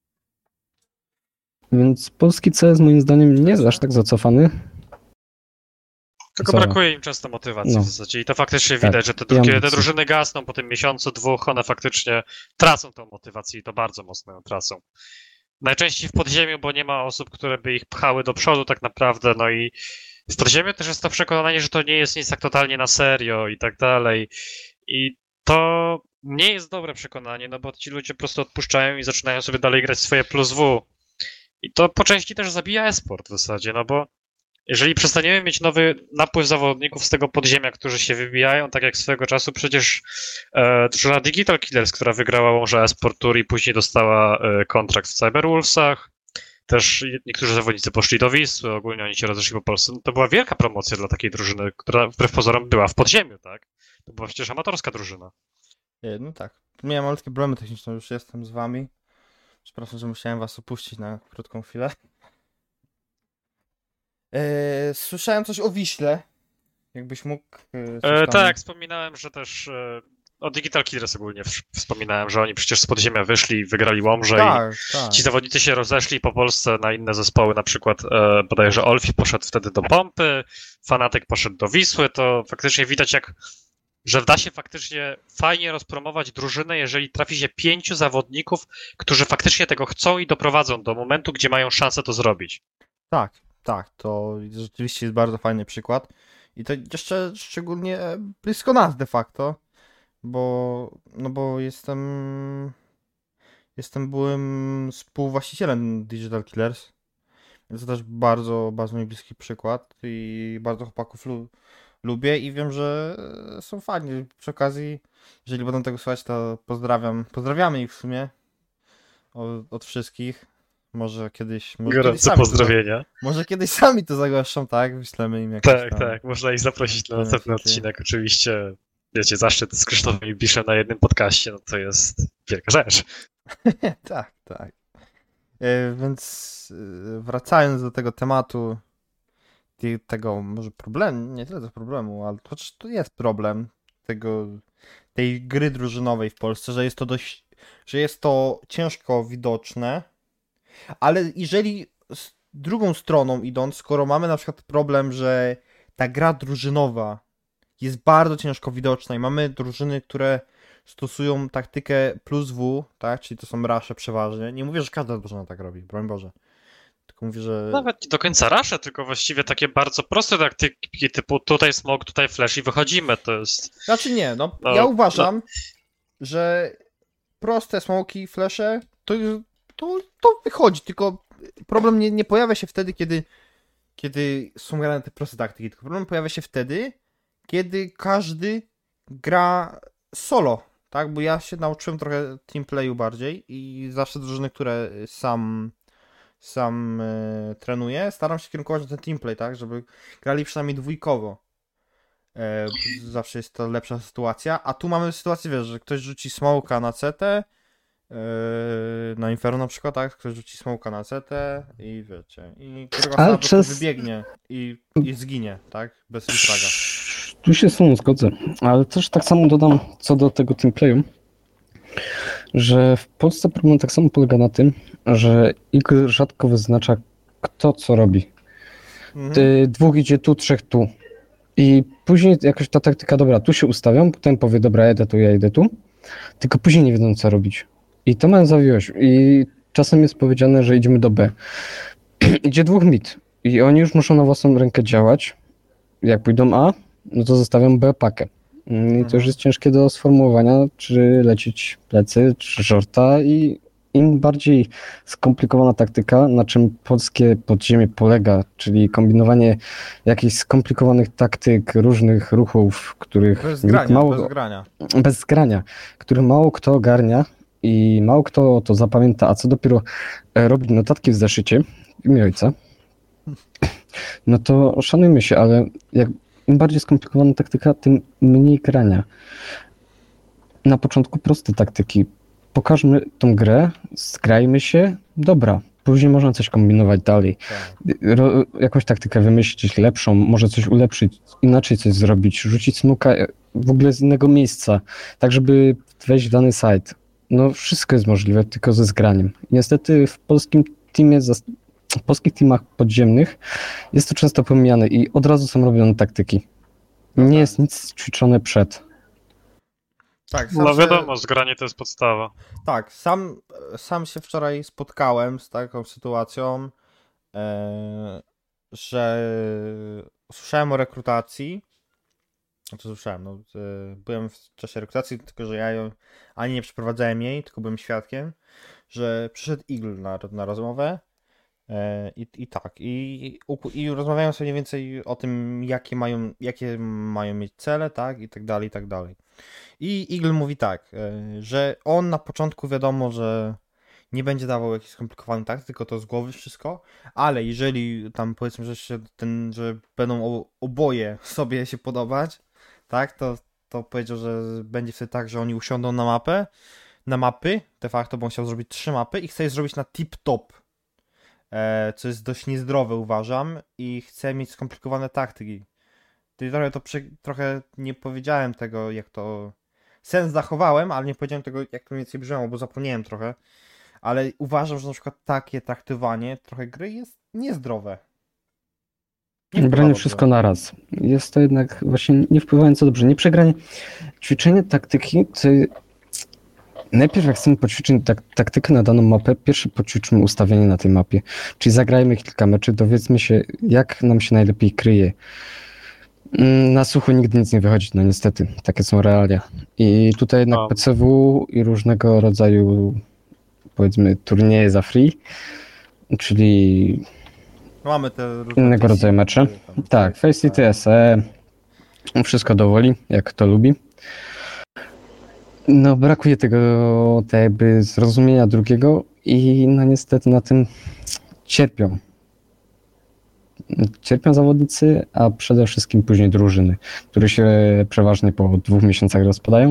Więc polski C S moim zdaniem nie jest aż tak zacofany. Tylko Co? brakuje im często motywacji No. w zasadzie i to faktycznie Tak, widać, że te, i drugie, te ambicji. drużyny gasną po tym miesiącu, dwóch, one faktycznie tracą tą motywację i to bardzo mocno ją tracą. Najczęściej w podziemiu, bo nie ma osób, które by ich pchały do przodu tak naprawdę, no i w podziemiu też jest to przekonanie, że to nie jest nic tak totalnie na serio i tak dalej. I to nie jest dobre przekonanie, no bo ci ludzie po prostu odpuszczają i zaczynają sobie dalej grać swoje plus W. I to po części też zabija esport w zasadzie, no bo jeżeli przestaniemy mieć nowy napływ zawodników z tego podziemia, którzy się wybijają, tak jak swego czasu przecież e, drużyna Digital Killers, która wygrała Łomża Esport Tour i później dostała e, kontrakt w Cyberwolvesach, też niektórzy zawodnicy poszli do Wisły, ogólnie oni się rozeszli po Polsce. No to była wielka promocja dla takiej drużyny, która wbrew pozorom była w podziemiu, tak? To była przecież amatorska drużyna. Yy, no tak. Miałem malutkie problemy techniczne, już jestem z wami. Przepraszam, że musiałem was opuścić na krótką chwilę. Yy, słyszałem coś o Wiśle. Jakbyś mógł. Yy, coś E, tam... tak, wspominałem, że też e, o Digital Killers ogólnie w- wspominałem, że oni przecież z podziemia wyszli, wygrali Łomże i Tak, tak. ci zawodnicy się rozeszli po Polsce na inne zespoły, na przykład e, bodajże Olfi poszedł wtedy do Pompy, Fanatyk poszedł do Wisły, to faktycznie widać jak, że da się faktycznie fajnie rozpromować drużynę, jeżeli trafi się pięciu zawodników, którzy faktycznie tego chcą i doprowadzą do momentu, gdzie mają szansę to zrobić. Tak, tak, to rzeczywiście jest bardzo fajny przykład. I to jeszcze szczególnie blisko nas de facto, bo, no bo jestem, jestem byłym współwłaścicielem Digital Killers, więc to też bardzo, bardzo mi bliski przykład i bardzo chłopaków lu lubię i wiem, że są fajni. Przy okazji, jeżeli będą tego słuchać, to pozdrawiam, pozdrawiamy ich w sumie od, od wszystkich. Może kiedyś, może kiedyś Gorące sami to pozdrowienia. Może kiedyś sami to zagoszczą, tak? Wyślemy im jakieś Tak, tam... tak, można ich zaprosić na Benefity. następny odcinek. Oczywiście, wiecie, zaszczyt z Krzysztofem Ibiszem na jednym podcaście, no to jest wielka rzecz. tak, tak. E, więc e, wracając do tego tematu, te- tego może problemu, nie tyle do problemu, ale chociaż to jest problem tego, tej gry drużynowej w Polsce, że jest to dość, że jest to ciężko widoczne, ale jeżeli z drugą stroną idąc, skoro mamy na przykład problem, że ta gra drużynowa jest bardzo ciężko widoczna i mamy drużyny, które stosują taktykę plus W, tak, czyli to są rasze przeważnie. Nie mówię, że każda drużyna tak robi, broń Boże. Tylko mówię, że... Nawet nie do końca rasze, tylko właściwie takie bardzo proste taktyki typu tutaj smog, tutaj flash i wychodzimy, to jest... Znaczy nie, no, No, ja uważam, że proste smoki, flesze, to, to, to wychodzi, tylko problem nie, nie pojawia się wtedy, kiedy, kiedy są grane te proste taktyki, tylko problem pojawia się wtedy, kiedy każdy gra solo, tak, bo ja się nauczyłem trochę teamplayu bardziej i zawsze drużyny, które sam sam e, trenuję, staram się kierunkować na ten teamplay, tak, żeby grali przynajmniej dwójkowo. E, zawsze jest to lepsza sytuacja, a tu mamy sytuację, wiesz, że ktoś rzuci smoka na C T, Yy, na Inferno na przykład, tak? Ktoś rzuci smoka na C T i wiecie, i którego Ale sama po prostu przez- wybiegnie i, i zginie, tak? Bez infraga. Tu się z tą zgodzę, ale też tak samo dodam co do tego teamplayu, że w Polsce problem tak samo polega na tym, że Eagle rzadko wyznacza kto co robi. Mhm. Ty, dwóch idzie tu, trzech tu. I później jakoś ta taktyka, dobra, tu się ustawiam, potem powie, dobra, ja idę tu, ja idę tu, tylko później nie wiedzą co robić. I to mają zawiłość. I czasem jest powiedziane, że idziemy do B. Idzie dwóch mid i oni już muszą na własną rękę działać. Jak pójdą A, no to zostawiam B pakę. I to już jest ciężkie do sformułowania, czy lecieć plecy, czy żorta i im bardziej skomplikowana taktyka, na czym polskie podziemie polega, czyli kombinowanie jakichś skomplikowanych taktyk, różnych ruchów, których Bez nikt grania, mało, bez grania. bez zgrania, których mało kto ogarnia i mało kto to zapamięta, a co dopiero e, robi notatki w zeszycie w imię ojca, no to szanujmy się, ale jak im bardziej skomplikowana taktyka, tym mniej grania. Na początku proste taktyki. Pokażmy tą grę, zgrajmy się, dobra. Później można coś kombinować dalej. Tak. Ro, jakąś taktykę wymyślić lepszą, może coś ulepszyć, inaczej coś zrobić, rzucić smoka w ogóle z innego miejsca, tak żeby wejść w dany site. No wszystko jest możliwe, tylko ze zgraniem. Niestety w polskim teamie, w polskich teamach podziemnych jest to często pomijane i od razu są robione taktyki. Nie jest nic ćwiczone przed. Tak, sam No się, wiadomo, zgranie to jest podstawa. tak, sam, sam się wczoraj spotkałem z taką sytuacją, e, że słyszałem o rekrutacji. No to słyszałem, no, e, byłem w czasie rekrutacji, tylko że ja ją ani nie przeprowadzałem jej, tylko byłem świadkiem, że przyszedł Eagle na, na rozmowę. E, I, I tak, i, i rozmawiają sobie mniej więcej o tym, jakie mają, jakie mają mieć cele, tak, i tak dalej, i tak dalej. I Eagle mówi tak, e, że on na początku wiadomo, że nie będzie dawał jakichś skomplikowanych tak, tylko to z głowy wszystko, ale jeżeli tam powiedzmy, że się ten, że będą o- oboje sobie się podobać, tak, to, to powiedział, że będzie wtedy tak, że oni usiądą na mapę, na mapy, de facto, bo on chciał zrobić trzy mapy i chce je zrobić na tip-top. E, co jest dość niezdrowe, uważam, i chcę mieć skomplikowane taktyki. Tutaj trochę to przy, trochę nie powiedziałem tego, jak to. Sens zachowałem, ale nie powiedziałem tego, jak to mniej więcej brzmiało, bo zapomniałem trochę. Ale uważam, że na przykład takie traktowanie trochę gry jest niezdrowe. Nie wpływa Branie dobrze. wszystko naraz. Jest to jednak właśnie nie wpływające dobrze. Nie przegranie. Ćwiczenie taktyki to najpierw jak chcemy poćwiczyć tak, taktykę na daną mapę, pierwsze poćwiczmy ustawienie na tej mapie. Czyli zagrajmy kilka meczy, dowiedzmy się, jak nam się najlepiej kryje. Na sucho nigdy nic nie wychodzi, no niestety. Takie są realia. I tutaj jednak No. P C W i różnego rodzaju, powiedzmy, turnieje za free, czyli No mamy te różne innego te rodzaju mecze. tam- Tak, Face T S E, wszystko dowoli, jak kto lubi. No brakuje tego tak jakby zrozumienia drugiego i no niestety na tym cierpią. Cierpią zawodnicy, a przede wszystkim później drużyny, które się przeważnie po dwóch miesiącach rozpadają.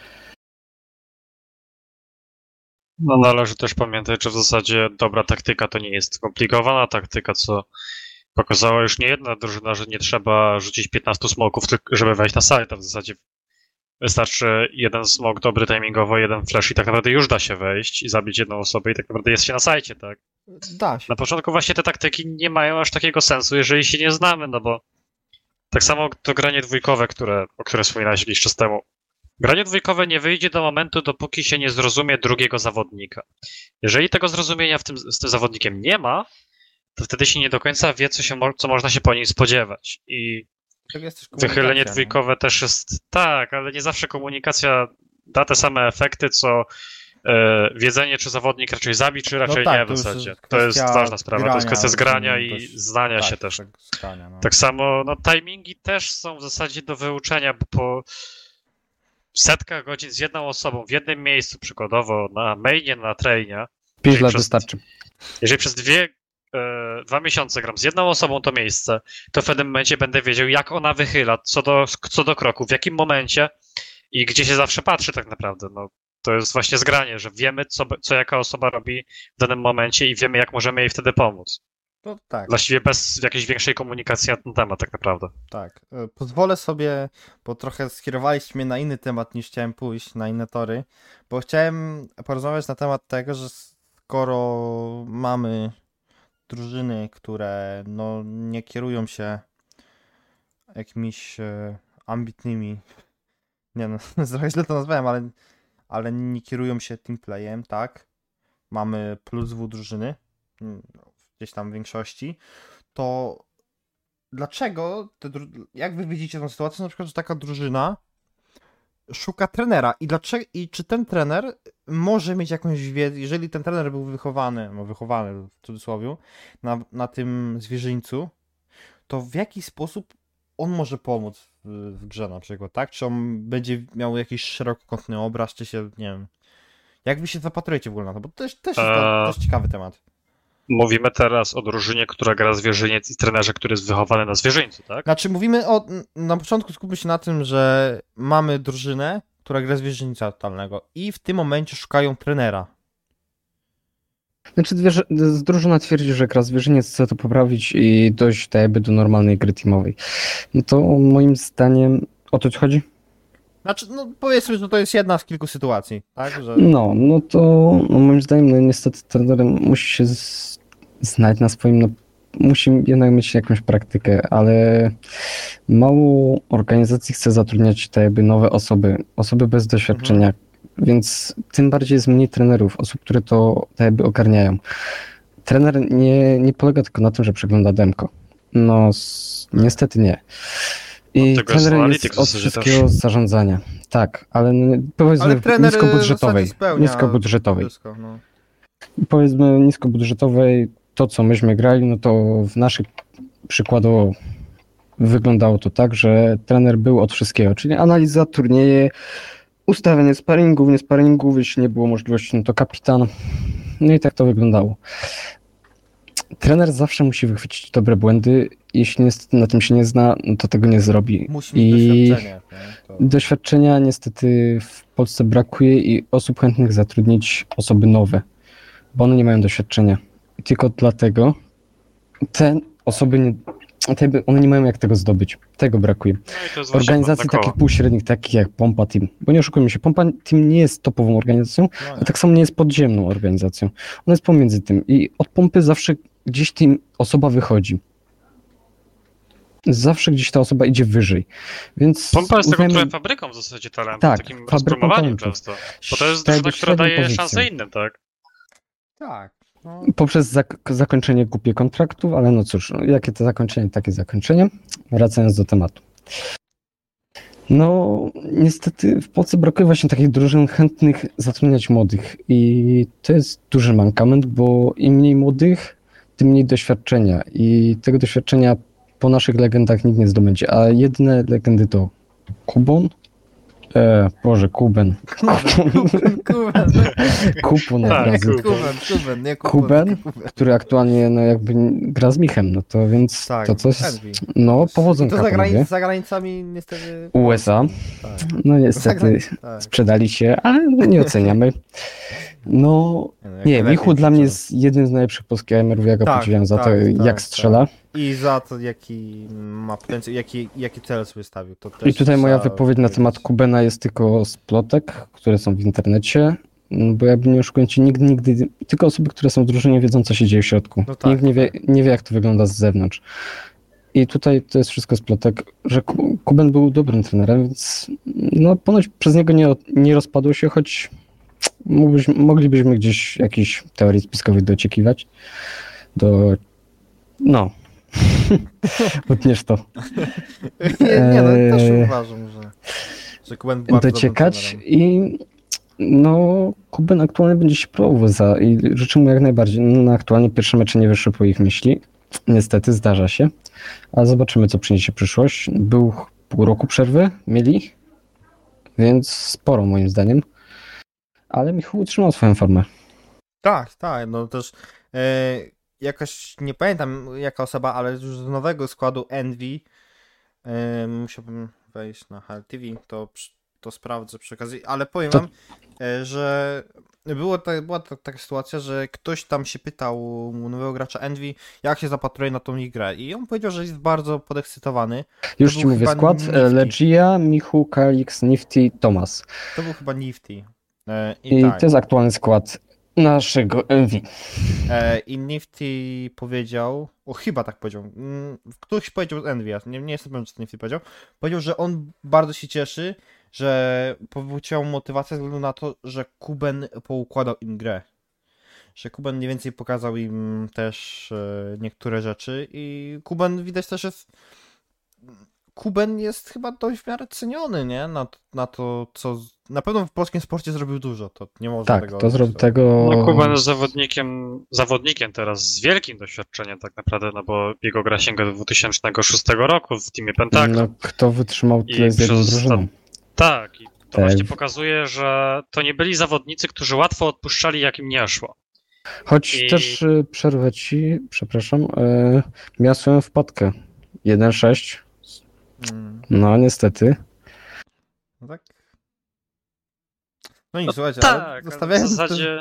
No należy też pamiętać, że w zasadzie dobra taktyka to nie jest skomplikowana taktyka, co pokazała już nie jedna drużyna, że nie trzeba rzucić piętnastu smoków, tylko żeby wejść na site. W zasadzie wystarczy jeden smok dobry timingowo, jeden flash i tak naprawdę już da się wejść i zabić jedną osobę i tak naprawdę jest się na sajcie, tak? Da się. Na początku właśnie te taktyki nie mają aż takiego sensu, jeżeli się nie znamy, no bo tak samo to granie dwójkowe, które, o które wspominałeś jakiś czas temu. Granie dwójkowe nie wyjdzie do momentu, dopóki się nie zrozumie drugiego zawodnika. Jeżeli tego zrozumienia w tym, z tym zawodnikiem nie ma, to wtedy się nie do końca wie, co, się, mo- co można się po nim spodziewać. I Tego jest też wychylenie komunikacja, dwójkowe też jest tak, ale nie zawsze komunikacja da te same efekty, co e, wiedzenie, czy zawodnik raczej zabi, czy raczej tak, nie w to już zasadzie. jest To jest kwestia ważna sprawa. To jest grania, kwestia zgrania mm, i dość- znania Tak, się też. tak, skania, no. Tak samo, no timingi też są w zasadzie do wyuczenia, bo po setkach godzin z jedną osobą w jednym miejscu, przykładowo na mainie, na trainie, Pięć lat przez- wystarczy. jeżeli przez dwie, e, dwa miesiące gram z jedną osobą to miejsce, to w pewnym momencie będę wiedział, jak ona wychyla, co do, co do kroku, w jakim momencie i gdzie się zawsze patrzy tak naprawdę. No, To jest właśnie zgranie, że wiemy, co, co jaka osoba robi w danym momencie i wiemy, jak możemy jej wtedy pomóc. To tak. Właściwie bez jakiejś większej komunikacji na ten temat, tak naprawdę. Tak. E, Pozwolę sobie, bo trochę skierowaliście mnie na inny temat niż chciałem pójść, na inne tory, bo chciałem porozmawiać na temat tego, że skoro mamy drużyny, które no nie kierują się jakimiś e, ambitnymi, nie no, trochę źle to nazwałem, ale, ale nie kierują się teamplayem, tak? Mamy plus W drużyny, mm, gdzieś tam w większości, to dlaczego, te, dru- jak wy widzicie tę sytuację, na przykład, że taka drużyna szuka trenera i dlaczego, i czy ten trener może mieć jakąś wiedzę, jeżeli ten trener był wychowany, no wychowany w cudzysłowie, na, na tym zwierzyńcu, to w jaki sposób on może pomóc w, w grze na przykład, tak? Czy on będzie miał jakiś szerokokątny obraz, czy się, nie wiem, jak wy się zapatrujecie w ogóle na to, bo to też, też jest to, Eee. też ciekawy temat. Mówimy teraz o drużynie, która gra zwierzyniec i trenerze, który jest wychowany na zwierzyńcu, tak? Znaczy mówimy o, na początku skupmy się na tym, że mamy drużynę, która gra zwierzyńca totalnego i w tym momencie szukają trenera. Znaczy, zwierzę, drużyna twierdzi, że gra zwierzyniec chce to poprawić i dojść tak jakby do normalnej gry teamowej. No to moim zdaniem o to ci chodzi? Znaczy, no powiedzmy, że to jest jedna z kilku sytuacji, tak? Że... No, no to no moim zdaniem no, niestety trener musi się z, znać na swoim, no, musi jednak mieć jakąś praktykę, ale mało organizacji chce zatrudniać tak jakby nowe osoby, osoby bez doświadczenia, więc tym bardziej jest mniej trenerów, osób, które to tak jakby ogarniają. Trener nie, nie polega tylko na tym, że przegląda demko. No, s- niestety nie. I Od tego jest trener analytyk jest w od zasadzie wszystkiego też. zarządzania. Tak, ale no, powiedzmy Ale trener w niskobudżetowej. zasadzie spełnia Niskobudżetowej. wszystko, no. Powiedzmy niskobudżetowej, to co myśmy grali, no to w naszych przykładowo wyglądało to tak, że trener był od wszystkiego, czyli analiza, turnieje, ustawianie sparingów, nie sparingów, jeśli nie było możliwości, no to kapitan. No i tak to wyglądało. Trener zawsze musi wychwycić dobre błędy. Jeśli niestety na tym się nie zna, no to tego nie zrobi. Musi mieć I doświadczenie. nie? To... doświadczenia niestety w Polsce brakuje i osób chętnych zatrudnić osoby nowe, bo one nie mają doświadczenia. I tylko dlatego te osoby, nie, te, one nie mają jak tego zdobyć. Tego brakuje. No i to jest właśnie Organizacji błędne koło. takich półśrednich, takich jak Pompa Team, bo nie oszukujmy się, Pompa Team nie jest topową organizacją, No, a tak samo nie jest podziemną organizacją. Ona jest pomiędzy tym i od Pompy zawsze gdzieś tym osoba wychodzi. Zawsze gdzieś ta osoba idzie wyżej. Więc Pompa jest taką uznajmy- trochę fabryką w zasadzie talentu, Tak, takim fabryką rozpromowaniem talentów. często. Bo to jest tak drużyna, jakby która średnią daje pozycją. szansę innym, tak? tak. No, Poprzez zak- zakończenie głupie kontraktów, ale no cóż, no, jakie to zakończenie, takie zakończenie. Wracając do tematu. No, niestety w Polsce brakuje właśnie takich drużyn chętnych zatrudniać młodych i to jest duży mankament, bo im mniej młodych, tym mniej doświadczenia i tego doświadczenia po naszych legendach nikt nie zdobędzie, a jedyne legendy to Kubon, e, Boże, Kuben, Kuben, Kuben, Kupon od Tak, razu, Kuben. Kuben, Kuben, nie Kuben? Kuben. który aktualnie no jakby gra z Michem, no to więc Tak, to coś, Envy. no powodzonka To za, granic, panowie. za granicami niestety... U S A, Tak. no Za niestety granic- tak. sprzedali się, ale no nie oceniamy. No Nie, no, jak nie, najlepiej Michu dla mnie przecież. jest jednym z najlepszych polskich gamerów, ja go Tak, podziwiam za tak, to, tak, jak tak. strzela. I za to, jaki ma potencjał, jaki, jaki cel sobie stawił. To też I tutaj moja trzeba wypowiedź na temat powiedzieć. Kubena jest tylko z plotek, które są w internecie, no bo jakby nie oszukujcie, nikt nigdy, tylko osoby, które są w drużynie wiedzą, co się dzieje w środku. No tak, Nikt nie wie, tak. nie wie, jak to wygląda z zewnątrz. I tutaj to jest wszystko z plotek, że Ku- Kuben był dobrym trenerem, więc no ponoć przez niego nie, nie rozpadło się, choć mógłbyś, moglibyśmy gdzieś jakichś teorii spiskowych doczekiwać. Do... No. Utniesz to. Nie, nie, no też Eee, uważam, że, że Kuben był bardzo Dociekać dobrym trenerem. i no Kuben aktualnie będzie się próbował za i życzę mu jak najbardziej. No, aktualnie pierwsze mecze nie wyszły po ich myśli. Niestety zdarza się, ale zobaczymy, co przyniesie przyszłość. Był pół roku przerwy, mieli, więc sporo moim zdaniem. Ale Michał utrzymał swoją formę. Tak, tak, no też e, jakoś, nie pamiętam jaka osoba, ale już z nowego składu Envy, e, musiałbym wejść na H L T V, to, przy- to sprawdzę przy okazji, ale powiem To- wam, e, że było ta, była ta, taka sytuacja, że ktoś tam się pytał u nowego gracza Envy, jak się zapatruje na tą ich grę i on powiedział, że jest bardzo podekscytowany. Już był ci mówię chyba skład. Nifty. e, Legia, Michu, Kalix, Nifty, Tomas. To był chyba Nifty. E, I, I tak. to jest aktualny skład naszego M V. E, I Nifty powiedział, o chyba tak powiedział, mm, ktoś powiedział z Envy, ja nie, nie jestem pewien, czy to Nifty powiedział, powiedział, że on bardzo się cieszy, że powróciła mu motywacja ze względu na to, że Kuben poukładał im grę. Że Kuben mniej więcej pokazał im też e, niektóre rzeczy i Kuben widać też jest... Kuben jest chyba dość w miarę ceniony, nie? Na, na to, co... Na pewno w polskim sporcie zrobił dużo, to nie można Tak, tego... to zrobił tego. No Kuban jest zawodnikiem, zawodnikiem teraz z wielkim doświadczeniem tak naprawdę, no bo jego gra sięga do dwa tysiące szóstego roku w teamie Pentacle. No, kto wytrzymał I tyle z jedną przez- drużyną? Tak, i to Tak. właśnie pokazuje, że to nie byli zawodnicy, którzy łatwo odpuszczali, jak im nie szło. Choć I- też y, przerwę ci, przepraszam, y, miał swoją wpadkę. jeden sześć. Mm, No niestety. no tak. No nic, No słuchajcie, ale tak, ale w zostawiając... zasadzie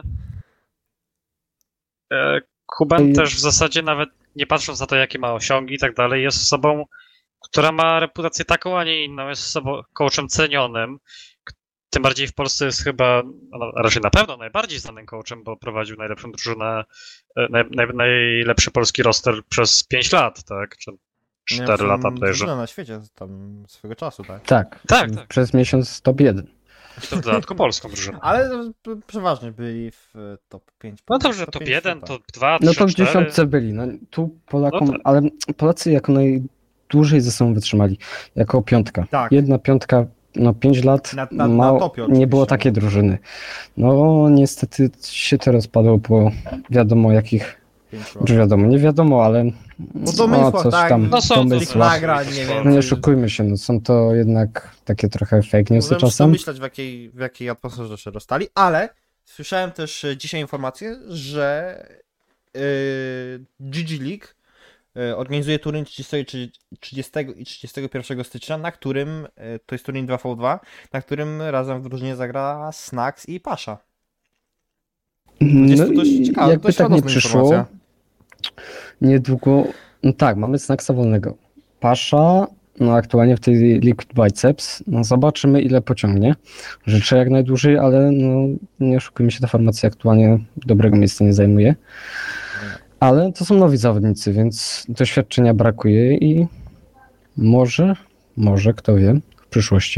e, Kuban I- też w zasadzie nawet nie patrząc na to, jakie ma osiągi i tak dalej, jest osobą, która ma reputację taką, a nie inną, jest osobą, coachem cenionym. K- Tym bardziej w Polsce jest chyba, no, raczej na pewno najbardziej znanym coachem, bo prowadził najlepszą drużynę, e, naj, naj, najlepszy polski roster przez pięć lat, tak? Czy cztery lata bodajże. na świecie tam swego czasu, tak? Tak. Tak, tak. Przez miesiąc top jeden. I to w dodatku polską drużynę. Ale p- przeważnie byli w e, top pięć. No dobrze, top pięć jeden, świata. top dwa, No trzy, to w cztery. dziesiątce byli. No, tu Polakom, No tak. ale Polacy jako najdłużej ze sobą wytrzymali. Jako piątka. Tak. Jedna piątka, no pięć lat, Na- na- na mało- topie nie oczywiście. było takiej drużyny. No niestety się to rozpadło po wiadomo jakich, Pięciu. czy wiadomo, nie wiadomo, ale Po domysłach, coś tak. tam No są Tych domysłach. nagrań, nie wiem. No nie oszukujmy się, no są to jednak takie trochę fake newsy Możemy czasem. domyślać, w jakiej, w jakiej atmosferze się rozstali, ale słyszałem też e, dzisiaj informację, że yy, G G League yy, organizuje turniej trzydziestego, trzydziestego i trzydziestego pierwszego stycznia, na którym, yy, to jest turniej dwa v dwa, na którym razem w drużynie zagra Snax i Pasza. Jest No to dość i ciekawe, jakby dość tak nie radosna przyszło, informacja. niedługo, no tak, mamy Snacksa wolnego. Pasza, no aktualnie w tej Liquid Biceps, no zobaczymy ile pociągnie. Życzę jak najdłużej, ale no nie oszukujmy się, ta formacja aktualnie dobrego miejsca nie zajmuje. Ale to są nowi zawodnicy, więc doświadczenia brakuje i może, może, kto wie, w przyszłości.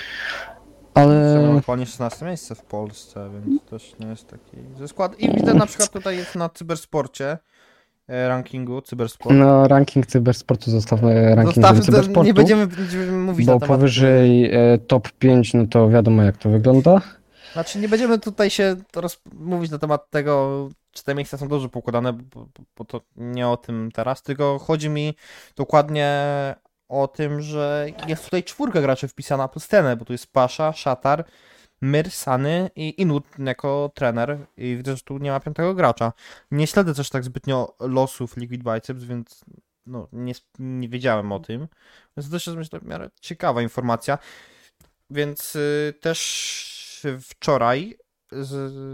Ale Mamy aktualnie szesnaste miejsce w Polsce, więc też nie jest taki ze skład. I widzę na przykład tutaj jest na cybersporcie, e, rankingu cybersport. no, ranking cybersportu zostawmy rankingiem Zostawmy, to cybersportu. nie będziemy, będziemy mówić Bo na temat... powyżej e, top pięć, no to wiadomo jak to wygląda. Znaczy nie będziemy tutaj się roz... mówić na temat tego, czy te miejsca są dobrze poukładane, bo, bo, bo to nie o tym teraz, tylko chodzi mi dokładnie o tym, że jest tutaj czwórka graczy wpisana pod scenę, bo tu jest Pasza, Shatar, Myr, Sany i Inut jako trener i widzę, że tu nie ma piątego gracza. Nie śledzę też tak zbytnio losów Liquid Biceps, więc no, nie, sp- nie wiedziałem o tym. Więc to też jest myślę w miarę ciekawa informacja. Więc y, też wczoraj z,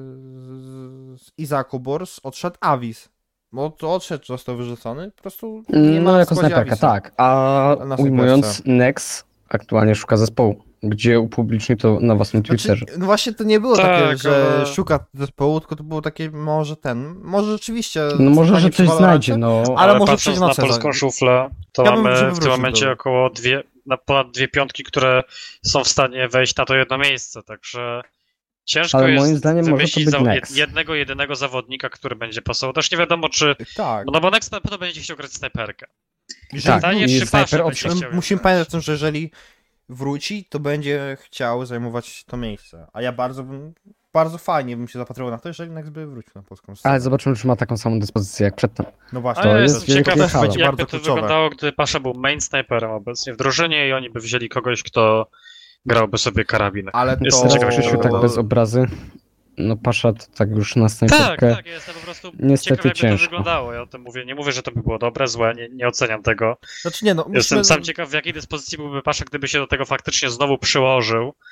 z Izaku Bors odszedł Avis. Bo to odszedł, został wyrzucony, po prostu nie ma No w jako składzie snajperka, Avisa. tak. A Na ujmując, snajperce. Nex aktualnie szuka zespołu, gdzie upublicznił to na własnym Twitterze. Znaczy, no właśnie to nie było Tak, takie, że ale- szuka zespołu, tylko to było takie może ten, może rzeczywiście... No może, zostanie że przy coś Valorancie, znajdzie, no. Ale Ale może patrząc przyjdzie na na sezon. polską szuflę, to Ja bym, mamy żeby w tym wrócił momencie do- około dwie, na ponad dwie piątki, które są w stanie wejść na to jedno miejsce, także ciężko Ale jest moim zdaniem może to wymyślić być za, Nex. jednego, jedynego zawodnika, który będzie pasował. Też nie wiadomo, czy... Tak. No bo Nex na pewno będzie chciał grać snajperkę. Jeżeli Tak, Pytanie, i czy snajper Pasza option. będzie chciał ją Musimy grać. pamiętać o tym, że jeżeli wróci, to będzie chciał zajmować to miejsce. A ja bardzo bym, bardzo fajnie bym się zapatrywał na to, jeżeli Nex by wrócił na polską scenę. Ale zobaczymy, czy ma taką samą dyspozycję jak przedtem. No właśnie, A ja jest jestem wielkie ciekaw, halo. będzie jakby bardzo to kluczowe. wyglądało, gdy Pasza był main snajperem obecnie w drużynie i oni by wzięli kogoś, kto grałby sobie karabin. Ale Jestem to... Teraz ciekaw, jak Krzysiu, to tak było. bez obrazy. No Pasza to tak już na Tak, snajperkę. tak, ja jestem po prostu Niestety ciekaw, jakby ciężko. to wyglądało. Ja o tym mówię. Nie mówię, że to by było dobre, złe, nie, nie oceniam tego. Znaczy nie, no, Jestem musimy- sam ciekaw, w jakiej dyspozycji byłby Pasza, gdyby się do tego faktycznie znowu przyłożył.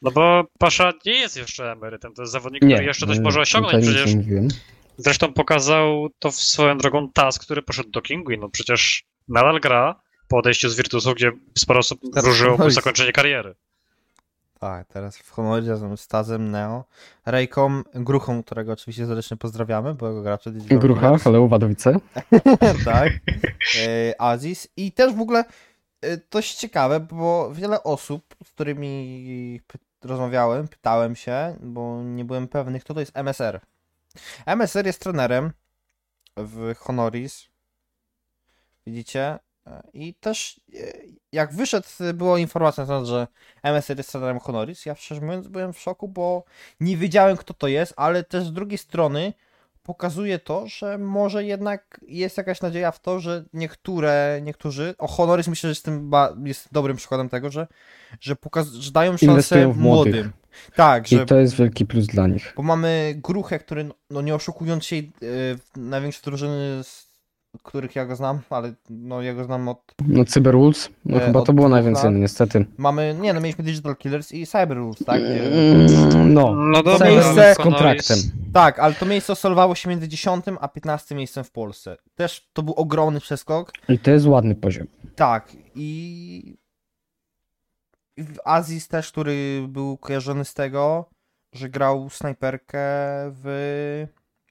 No bo Pasza nie jest jeszcze emerytem, to jest zawodnik, Nie, który jeszcze coś nie, może osiągnąć, tutaj nic przecież nie mówiłem. zresztą pokazał to w swoją drogą Taz, który poszedł do Kingwin, no przecież nadal gra po odejściu z Virtusów, gdzie sporo osób Teraz wróżyło mu Honoris. zakończenie kariery. Tak, teraz w Honoris razem z Tazem, Neo, Rejką, Gruchą, którego oczywiście serdecznie pozdrawiamy, bo jego gra przed Grucha, hello, Wadowice. tak, e, Aziz i też w ogóle e, dość ciekawe, bo wiele osób, z którymi py- rozmawiałem, pytałem się, bo nie byłem pewny, kto to jest M S R. M S R jest trenerem w Honoris, widzicie? E, I też e, jak wyszedł, była informacja na temat, że M S R jest trenerem Honoris, ja szczerze mówiąc byłem w szoku, bo nie wiedziałem, kto to jest, ale też z drugiej strony pokazuje to, że może jednak jest jakaś nadzieja w to, że niektóre, niektórzy, o Honoris myślę, że jest, tym ba- jest dobrym przykładem tego, że, że, pokaz- że dają szansę Inwestują w młodych. młodym. Tak, że I to jest wielki plus dla nich. bo mamy Gruchę, który, no nie oszukując się, yy, największe drużyny, z których ja go znam, ale no ja go znam od... No Cyberwolves, no E, chyba od to było dwóch najwięcej, lat. no niestety. Mamy, nie no, mieliśmy Digital Killers i Cyberwolves, tak? Gdzie... Mm, No, No dobra, miejsce ale z kontraktem. Tak, ale to miejsce oscylowało się między dziesiątym a piętnastym miejscem w Polsce. Też to był ogromny przeskok. I to jest ładny poziom. Tak, i w Aziz też, który był kojarzony z tego, że grał snajperkę w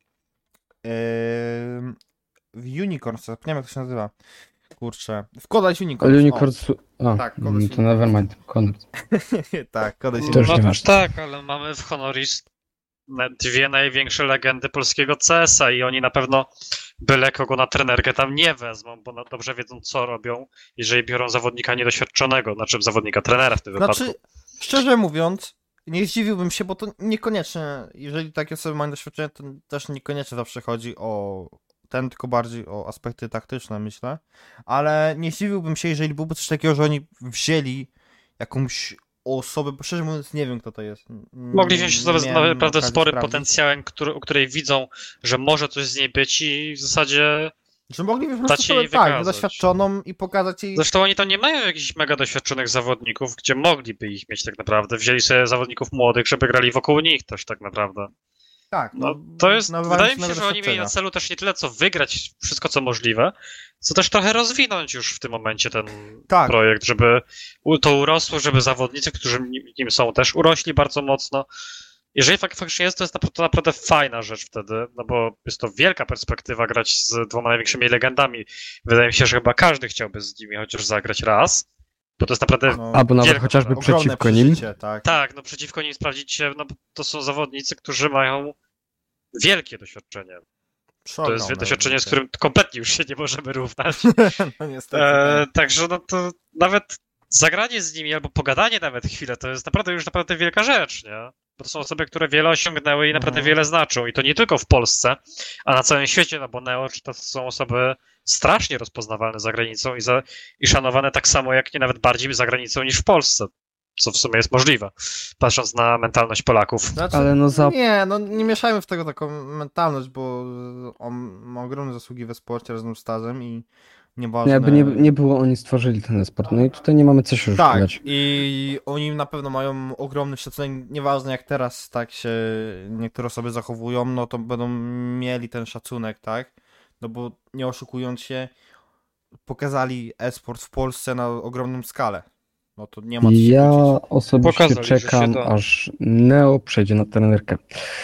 yy, w Unicorns, zapomniałem jak to się nazywa. Kurczę, w Kodal Unicorns. Unicorns... A, Tak, mm, Kodal to nevermind. Koniec. tak, Kodal To już Unicorns. No nieważne. tak, ale mamy w Honoris na- dwie największe legendy polskiego C S a i oni na pewno byle kogo na trenerkę tam nie wezmą, bo no dobrze wiedzą, co robią, jeżeli biorą zawodnika niedoświadczonego, znaczy zawodnika trenera w tym Znaczy, wypadku. szczerze mówiąc, nie zdziwiłbym się, bo to niekoniecznie, jeżeli takie osoby mają doświadczenie, to też niekoniecznie zawsze chodzi o ten, tylko bardziej o aspekty taktyczne, myślę. Ale nie zdziwiłbym się, jeżeli byłoby coś takiego, że oni wzięli jakąś osobę, bo szczerze mówiąc nie wiem, kto to jest. N- Mogli wziąć nie osobę z miałem naprawdę okazji sporym sprawdzić. potencjałem, który, u której widzą, że może coś z niej być i w zasadzie... Że mogli po dać prostu jej osobę, tak, wykazać. niedoświadczoną i pokazać jej... Zresztą oni tam nie mają jakichś mega doświadczonych zawodników, gdzie mogliby ich mieć tak naprawdę. Wzięli sobie zawodników młodych, żeby grali wokół nich też tak naprawdę. Tak, No to jest, nabywają wydaje mi się się, że oni mieli doświadczenia. na celu też nie tyle co wygrać wszystko co możliwe, co też trochę rozwinąć już w tym momencie ten Tak. projekt, żeby u- to urosło, żeby zawodnicy, którzy nim nim są też urośli bardzo mocno. Jeżeli fak- faktycznie jest, to jest napra- to naprawdę fajna rzecz wtedy, no bo jest to wielka perspektywa grać z dwoma największymi legendami. Wydaje mi się, że chyba każdy chciałby z nimi chociaż zagrać raz, bo to jest naprawdę... No, Albo nawet Wielka chociażby sprawa. ogromne przeciwko nim. przeżycie, tak. Tak, no przeciwko nim sprawdzić się, no bo to są zawodnicy, którzy mają wielkie doświadczenie. To jest doświadczenie, z którym kompletnie już się nie możemy równać. No niestety. E, także no to nawet zagranie z nimi albo pogadanie nawet chwilę, to jest naprawdę już naprawdę wielka rzecz, nie? Bo to są osoby, które wiele osiągnęły i naprawdę Mhm. wiele znaczą. I to nie tylko w Polsce, a na całym świecie, no bo Neo czy to są osoby strasznie rozpoznawalne za granicą i, za, i szanowane tak samo, jak nie nawet bardziej za granicą niż w Polsce. Co w sumie jest możliwe, patrząc na mentalność Polaków. Znaczy, Ale no za... Nie, no nie mieszajmy w tego taką mentalność, bo on ma ogromne zasługi we sporcie razem z Tazem i nieważne... Jakby nie, nie było, oni stworzyli ten sport. No i tutaj nie mamy co się Tak, rozmawiać. i oni na pewno mają ogromny szacunek, nieważne jak teraz tak się niektóre osoby zachowują, no to będą mieli ten szacunek, tak? No bo nie oszukując się, pokazali e-sport w Polsce na ogromną skalę. No to nie ma co się Ja kłócić. osobiście Pokazali, że się czekam, da. aż Neo przejdzie na trenerkę.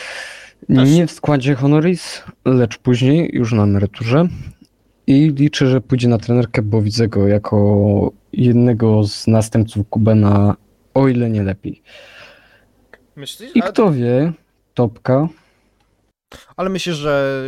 Też. Nie w składzie Honoris, lecz później, już na emeryturze. I liczę, że pójdzie na trenerkę, bo widzę go jako jednego z następców Kubena, o ile nie lepiej. Myślisz? I Ale- kto wie, topka. Ale myślisz, że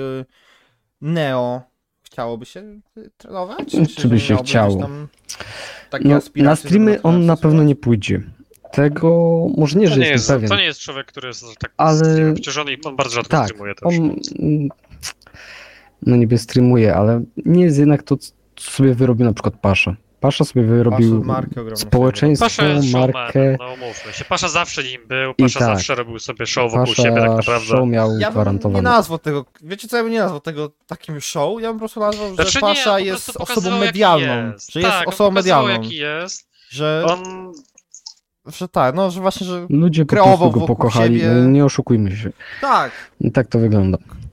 Neo chciałoby się trenować? Czy Myślisz, by że się miałby chciało? gdzieś tam takie No, aspiracje, na żeby streamy on na trenerce pewno spróbować? nie pójdzie. Tego może nie, To że nie, jestem jest, pewien. to nie jest człowiek, który jest tak Ale- przecież on, on bardzo rzadko Tak, streamuje też. on mm, no niby streamuje, ale nie jest jednak to, co sobie wyrobił na przykład Pasza. Pasza sobie wyrobił Pasza markę ogromną społeczeństwo, Pasza jest markę. showmanem, no umówmy się. Pasza zawsze nim był, I Pasza tak. zawsze robił sobie show wokół Pasza siebie tak naprawdę. show miał Ja bym nie gwarantowane. nazwał tego, wiecie co, ja bym nie nazwał tego takim show, ja bym po prostu nazwał, Znaczy że nie, on Pasza po jest prostu osobą pokazywał, jaki medialną, jest. że jest tak, osobą on pokazywał, medialną, jaki jest. że On Że tak, no, że właśnie, że Ludzie po kreował prostu go wokół pokochali, siebie. no, nie oszukujmy się. tak, I tak to wygląda.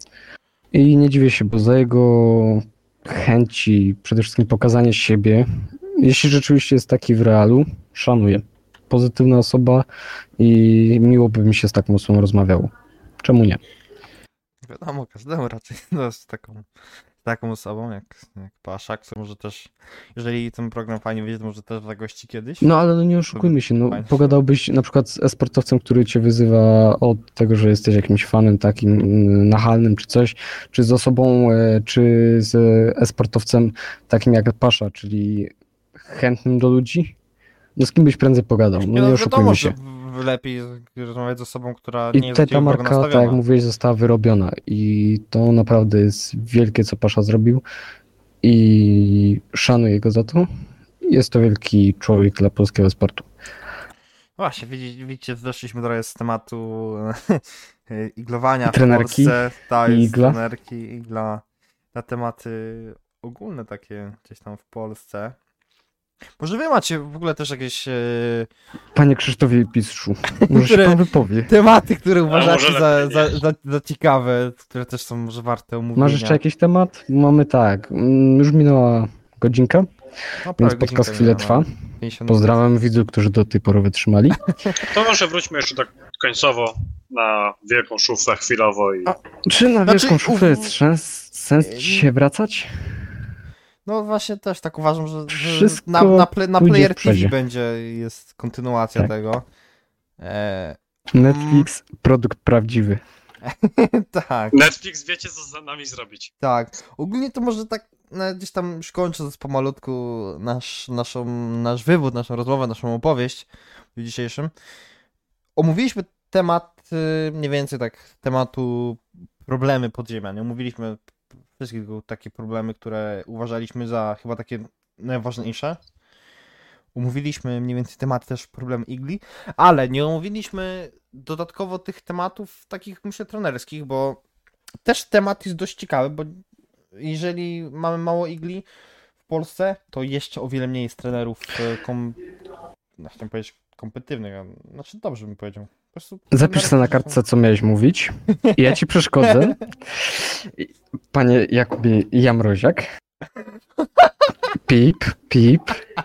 I nie dziwię się, bo za jego chęci, przede wszystkim pokazanie siebie, jeśli rzeczywiście jest taki w realu, szanuję. Pozytywna osoba i miło by mi się z taką osobą rozmawiało. Czemu nie? wiadomo, każdemu raczej no, z taką, taką osobą jak, jak Pasza, który może też, jeżeli ten program fajnie wyjdzie, to może też zagości kiedyś. No ale no nie oszukujmy się, no Fajnie. pogadałbyś na przykład z e-sportowcem, który cię wyzywa od tego, że jesteś jakimś fanem takim mm, nachalnym czy coś, czy z osobą, e, czy z e-sportowcem takim jak Pasza, czyli chętnym do ludzi? No z kim byś prędzej pogadał? No nie wiadomo, oszukujmy że się. w- lepiej rozmawiać z osobą, która I nie jest te, do ta ciebie wrogo marka, tak jak nastawiona. mówiłeś, została wyrobiona i to naprawdę jest wielkie, co Pasza zrobił i szanuję go za to. Jest to wielki człowiek dla polskiego sportu. Właśnie, widzicie, widzicie, zeszliśmy trochę z tematu iglowania I trenerki, w Polsce. Tak, i z igla. trenerki, igla, na tematy ogólne takie gdzieś tam w Polsce. Może wy macie w ogóle też jakieś e, Panie Krzysztofie Piszu, może się Które- pan wypowie. tematy, które uważacie może za, lepiej za, nie. za, za ciekawe, które też są może warte omówienia. Masz jeszcze jakiś temat? Mamy tak, mm, już minęła godzinka, No, więc prawie podcast godzinkę chwilę minęła, trwa. no. pięćdziesiąt minut. Pozdrawiam widzów, którzy do tej pory wytrzymali. To może wróćmy jeszcze tak końcowo na wielką szuflę chwilowo i A- Czy na Znaczy, wielką szuflę u- jest sens, sens dzisiaj wracać? No właśnie też tak uważam, że, że Wszystko na, na, ple, na pójdzie Player w T V przodzie. będzie, jest kontynuacja Tak. tego. E, Netflix, produkt prawdziwy. tak, Netflix wiecie co z nami zrobić. tak. Ogólnie to może tak no, gdzieś tam już kończąc pomalutku nasz, naszą, nasz wywód, naszą rozmowę, naszą opowieść w dniu dzisiejszym. Omówiliśmy temat y, mniej więcej tak, tematu problemy podziemia. Nie omówiliśmy wszystkie tylko takie problemy, które uważaliśmy za chyba takie najważniejsze. Omówiliśmy mniej więcej tematy też problemu igli, ale nie omówiliśmy dodatkowo tych tematów takich, myślę, trenerskich, bo też temat jest dość ciekawy, bo jeżeli mamy mało igli w Polsce, to jeszcze o wiele mniej jest trenerów e, kom... no, chciałem powiedzieć kompetywnych, a... znaczy dobrze bym powiedział. Po prostu Zapisz sobie na trenerów, którzy kartce, co miałeś mówić i ja ci przeszkodzę. Panie Jakubie Jamroziak. Pip, pip.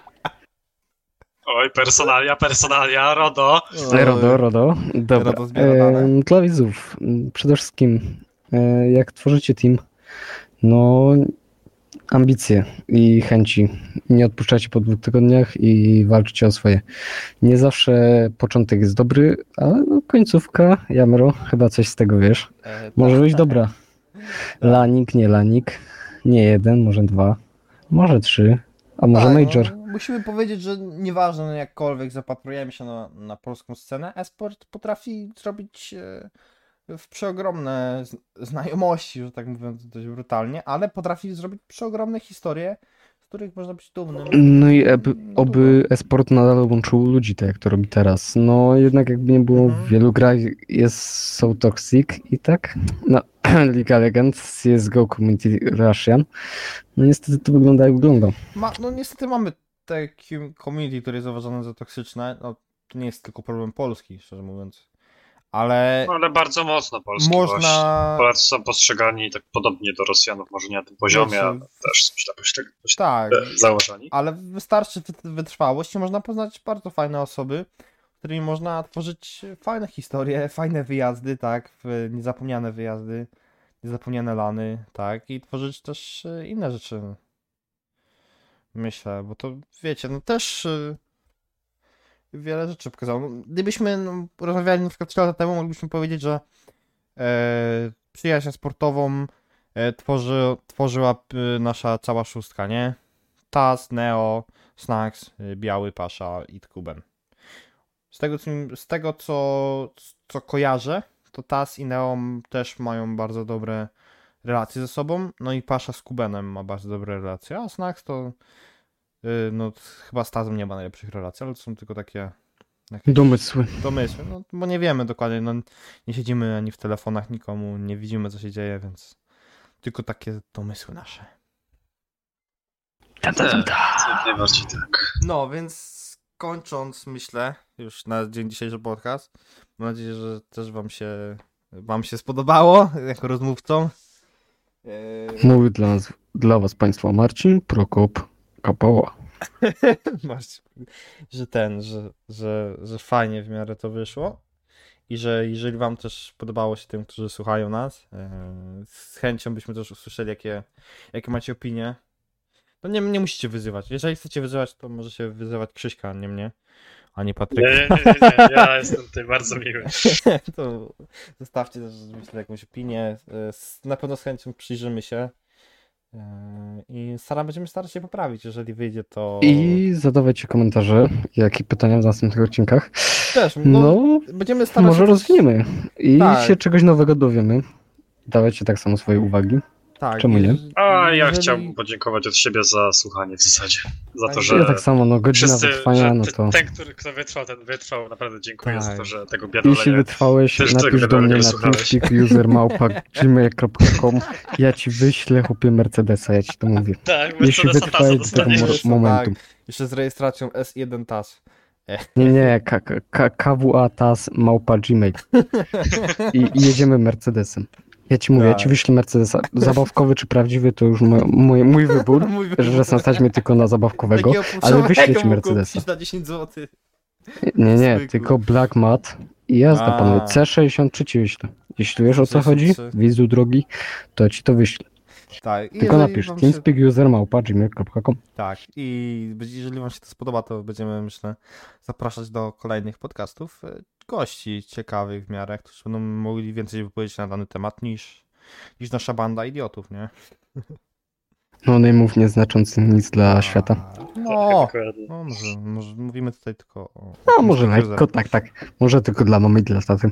Oj, personalia, personalia, RODO. są- Rodo, Rodo. Dobra. Rodo zbiera dane. E, dla widzów, m, przede wszystkim, e, jak tworzycie team, no ambicje i chęci. Nie odpuszczacie po dwóch tygodniach i walczycie o swoje. Nie zawsze początek jest dobry, ale no, końcówka, Jamro, chyba coś z tego wiesz. E, Może tak. być dobra. Lanik, nie lanik. Nie jeden, może dwa, może trzy, a może Tak, major. No, musimy powiedzieć, że nieważne no, jakkolwiek zapatrujemy się na, na polską scenę, esport potrafi zrobić e, w przeogromne z- znajomości, że tak mówiąc dość brutalnie, ale potrafi zrobić przeogromne historie, z których można być dumnym. No i oby, i oby dumą. esport nadal łączył ludzi, tak jak to robi teraz. No jednak jakby nie było, Mhm. w wielu grach jest so toxic i tak. No, League of Legends, C S G O Community Russian. No niestety to wygląda jak wygląda. Ma, no niestety mamy takie community, które jest uważane za toksyczne. No, to nie jest tylko problem Polski, szczerze mówiąc. Ale No, ale bardzo mocno Polski właśnie. można... Polacy są postrzegani tak podobnie do Rosjanów, może nie na tym poziomie, Wiecie, ale też są źle pośle- pośle- Tak, założeni. ale wystarczy wy- wytrwałość i można poznać bardzo fajne osoby, z którymi można tworzyć fajne historie, fajne wyjazdy, tak, w niezapomniane wyjazdy, niezapomniane lany, tak, i tworzyć też e, inne rzeczy. Myślę, bo to wiecie, no też e, wiele rzeczy pokazało. No, gdybyśmy no, rozmawiali na przykład trzy lata temu, moglibyśmy powiedzieć, że e, przyjaźń sportową e, tworzy, tworzyła e, nasza cała szóstka, nie? Taz, Neo, Snacks, y, Biały, Pasza i Kuben. Z tego, co, z tego co, co kojarzę, to Taz i Neo też mają bardzo dobre relacje ze sobą, no i Pasza z Kubenem ma bardzo dobre relacje, a Snacks to y, no chyba z Tazem nie ma najlepszych relacji, ale to są tylko takie jakieś Domysły. domysły, no bo nie wiemy dokładnie, no nie siedzimy ani w telefonach nikomu, nie widzimy co się dzieje, więc tylko takie domysły nasze. Tak, jak najbardziej tak. No, więc kończąc, myślę, już na dzień dzisiejszy podcast, mam nadzieję, że też wam się, wam się spodobało jako rozmówcom. Eee, Mówił dla nas, dla was państwa Marcin Prokop Kapała. masz, że ten, że, że, że fajnie w miarę to wyszło i że jeżeli wam też podobało się tym, którzy słuchają nas, eee, z chęcią byśmy też usłyszeli, jakie, jakie macie opinie. No nie, nie musicie wyzywać. Jeżeli chcecie wyzywać, to możecie wyzywać Krzyśka, a nie mnie, a nie Patryka. Nie, nie, nie, nie, nie. Ja jestem tutaj bardzo miły. To zostawcie też, myślę, jakąś opinię. E, Na pewno z chęcią przyjrzymy się e, i stara, będziemy starać się poprawić. Jeżeli wyjdzie, to I zadawajcie komentarze, jakie pytania w następnych odcinkach. też, no, No, będziemy starać może się też- rozwiniemy i Tak. się czegoś nowego dowiemy. Dawajcie tak samo swoje uwagi. Tak, Czemu nie? jeż- A ja jeżeli- chciałbym podziękować od siebie za słuchanie w zasadzie. Za to, Ja że Ja tak samo, no godzina wszyscy, wytrwania, że no te- to ten, który kto wytrwał, ten wytrwał. Naprawdę dziękuję Tak. za to, że tego jeśli biadolenia... wytrwałeś, też napisz tego do dalej mnie nie na słuchałeś. teamspeak user małpa gmail kropka com. Ja ci wyślę chłopie Mercedesa, ja ci to mówię. Tak, Jeśli Mercedesa Tasa wytrwałeś do tego dostaniesz. mo- Jeszcze momentu. tak, jeszcze z rejestracją S jeden T A S. Nie, nie, K- K- K W A tas małpa gmail. I, I jedziemy Mercedesem. Ja ci mówię, ja ci Tak. wyślę Mercedesa. Zabawkowy czy prawdziwy to już mój, mój, mój wybór, Mój wybór. że stać mnie tylko na zabawkowego. Takiego ale wyślę płaszczowego ci mógł Mercedesa. kupić na dziesięć złotych. Nie, nie, Zwykły. tylko Black Mat i jazda A. panowie. C sześćdziesiąt trzy ci wyślę. Jeśli wiesz o co chodzi, sześćdziesiąt trzy. widzu drogi, to ci to wyślę. Tak, i Tylko jeżeli napisz wam się- teamspeak user małpa gmail kropka com. Tak, i będzie- jeżeli wam się to spodoba, to będziemy, myślę, zapraszać do kolejnych podcastów e, gości ciekawych w miarę, którzy będą mogli więcej wypowiedzieć na dany temat niż, niż nasza banda idiotów, nie? No najmów nieznaczący nic dla A, świata. No, Dokładnie. no może, może mówimy tutaj tylko o... A może o lekko, tak, tak. Może tylko dla mamy i dla taty.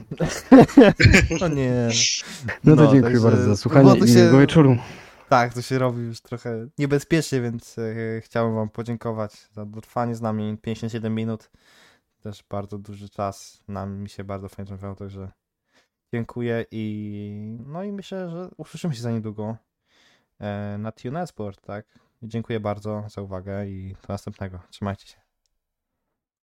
No nie. No to dziękuję także bardzo za słuchanie powody i się- miłego wieczoru. Tak, to się robi już trochę niebezpiecznie, więc e, chciałbym wam podziękować za dotrwanie z nami pięćdziesiąt siedem minut. Też bardzo duży czas. Nam mi się bardzo fajnie trwało, także dziękuję i no i myślę, że usłyszymy się za niedługo e, na TuneSport, tak? Dziękuję bardzo za uwagę i do następnego. Trzymajcie się.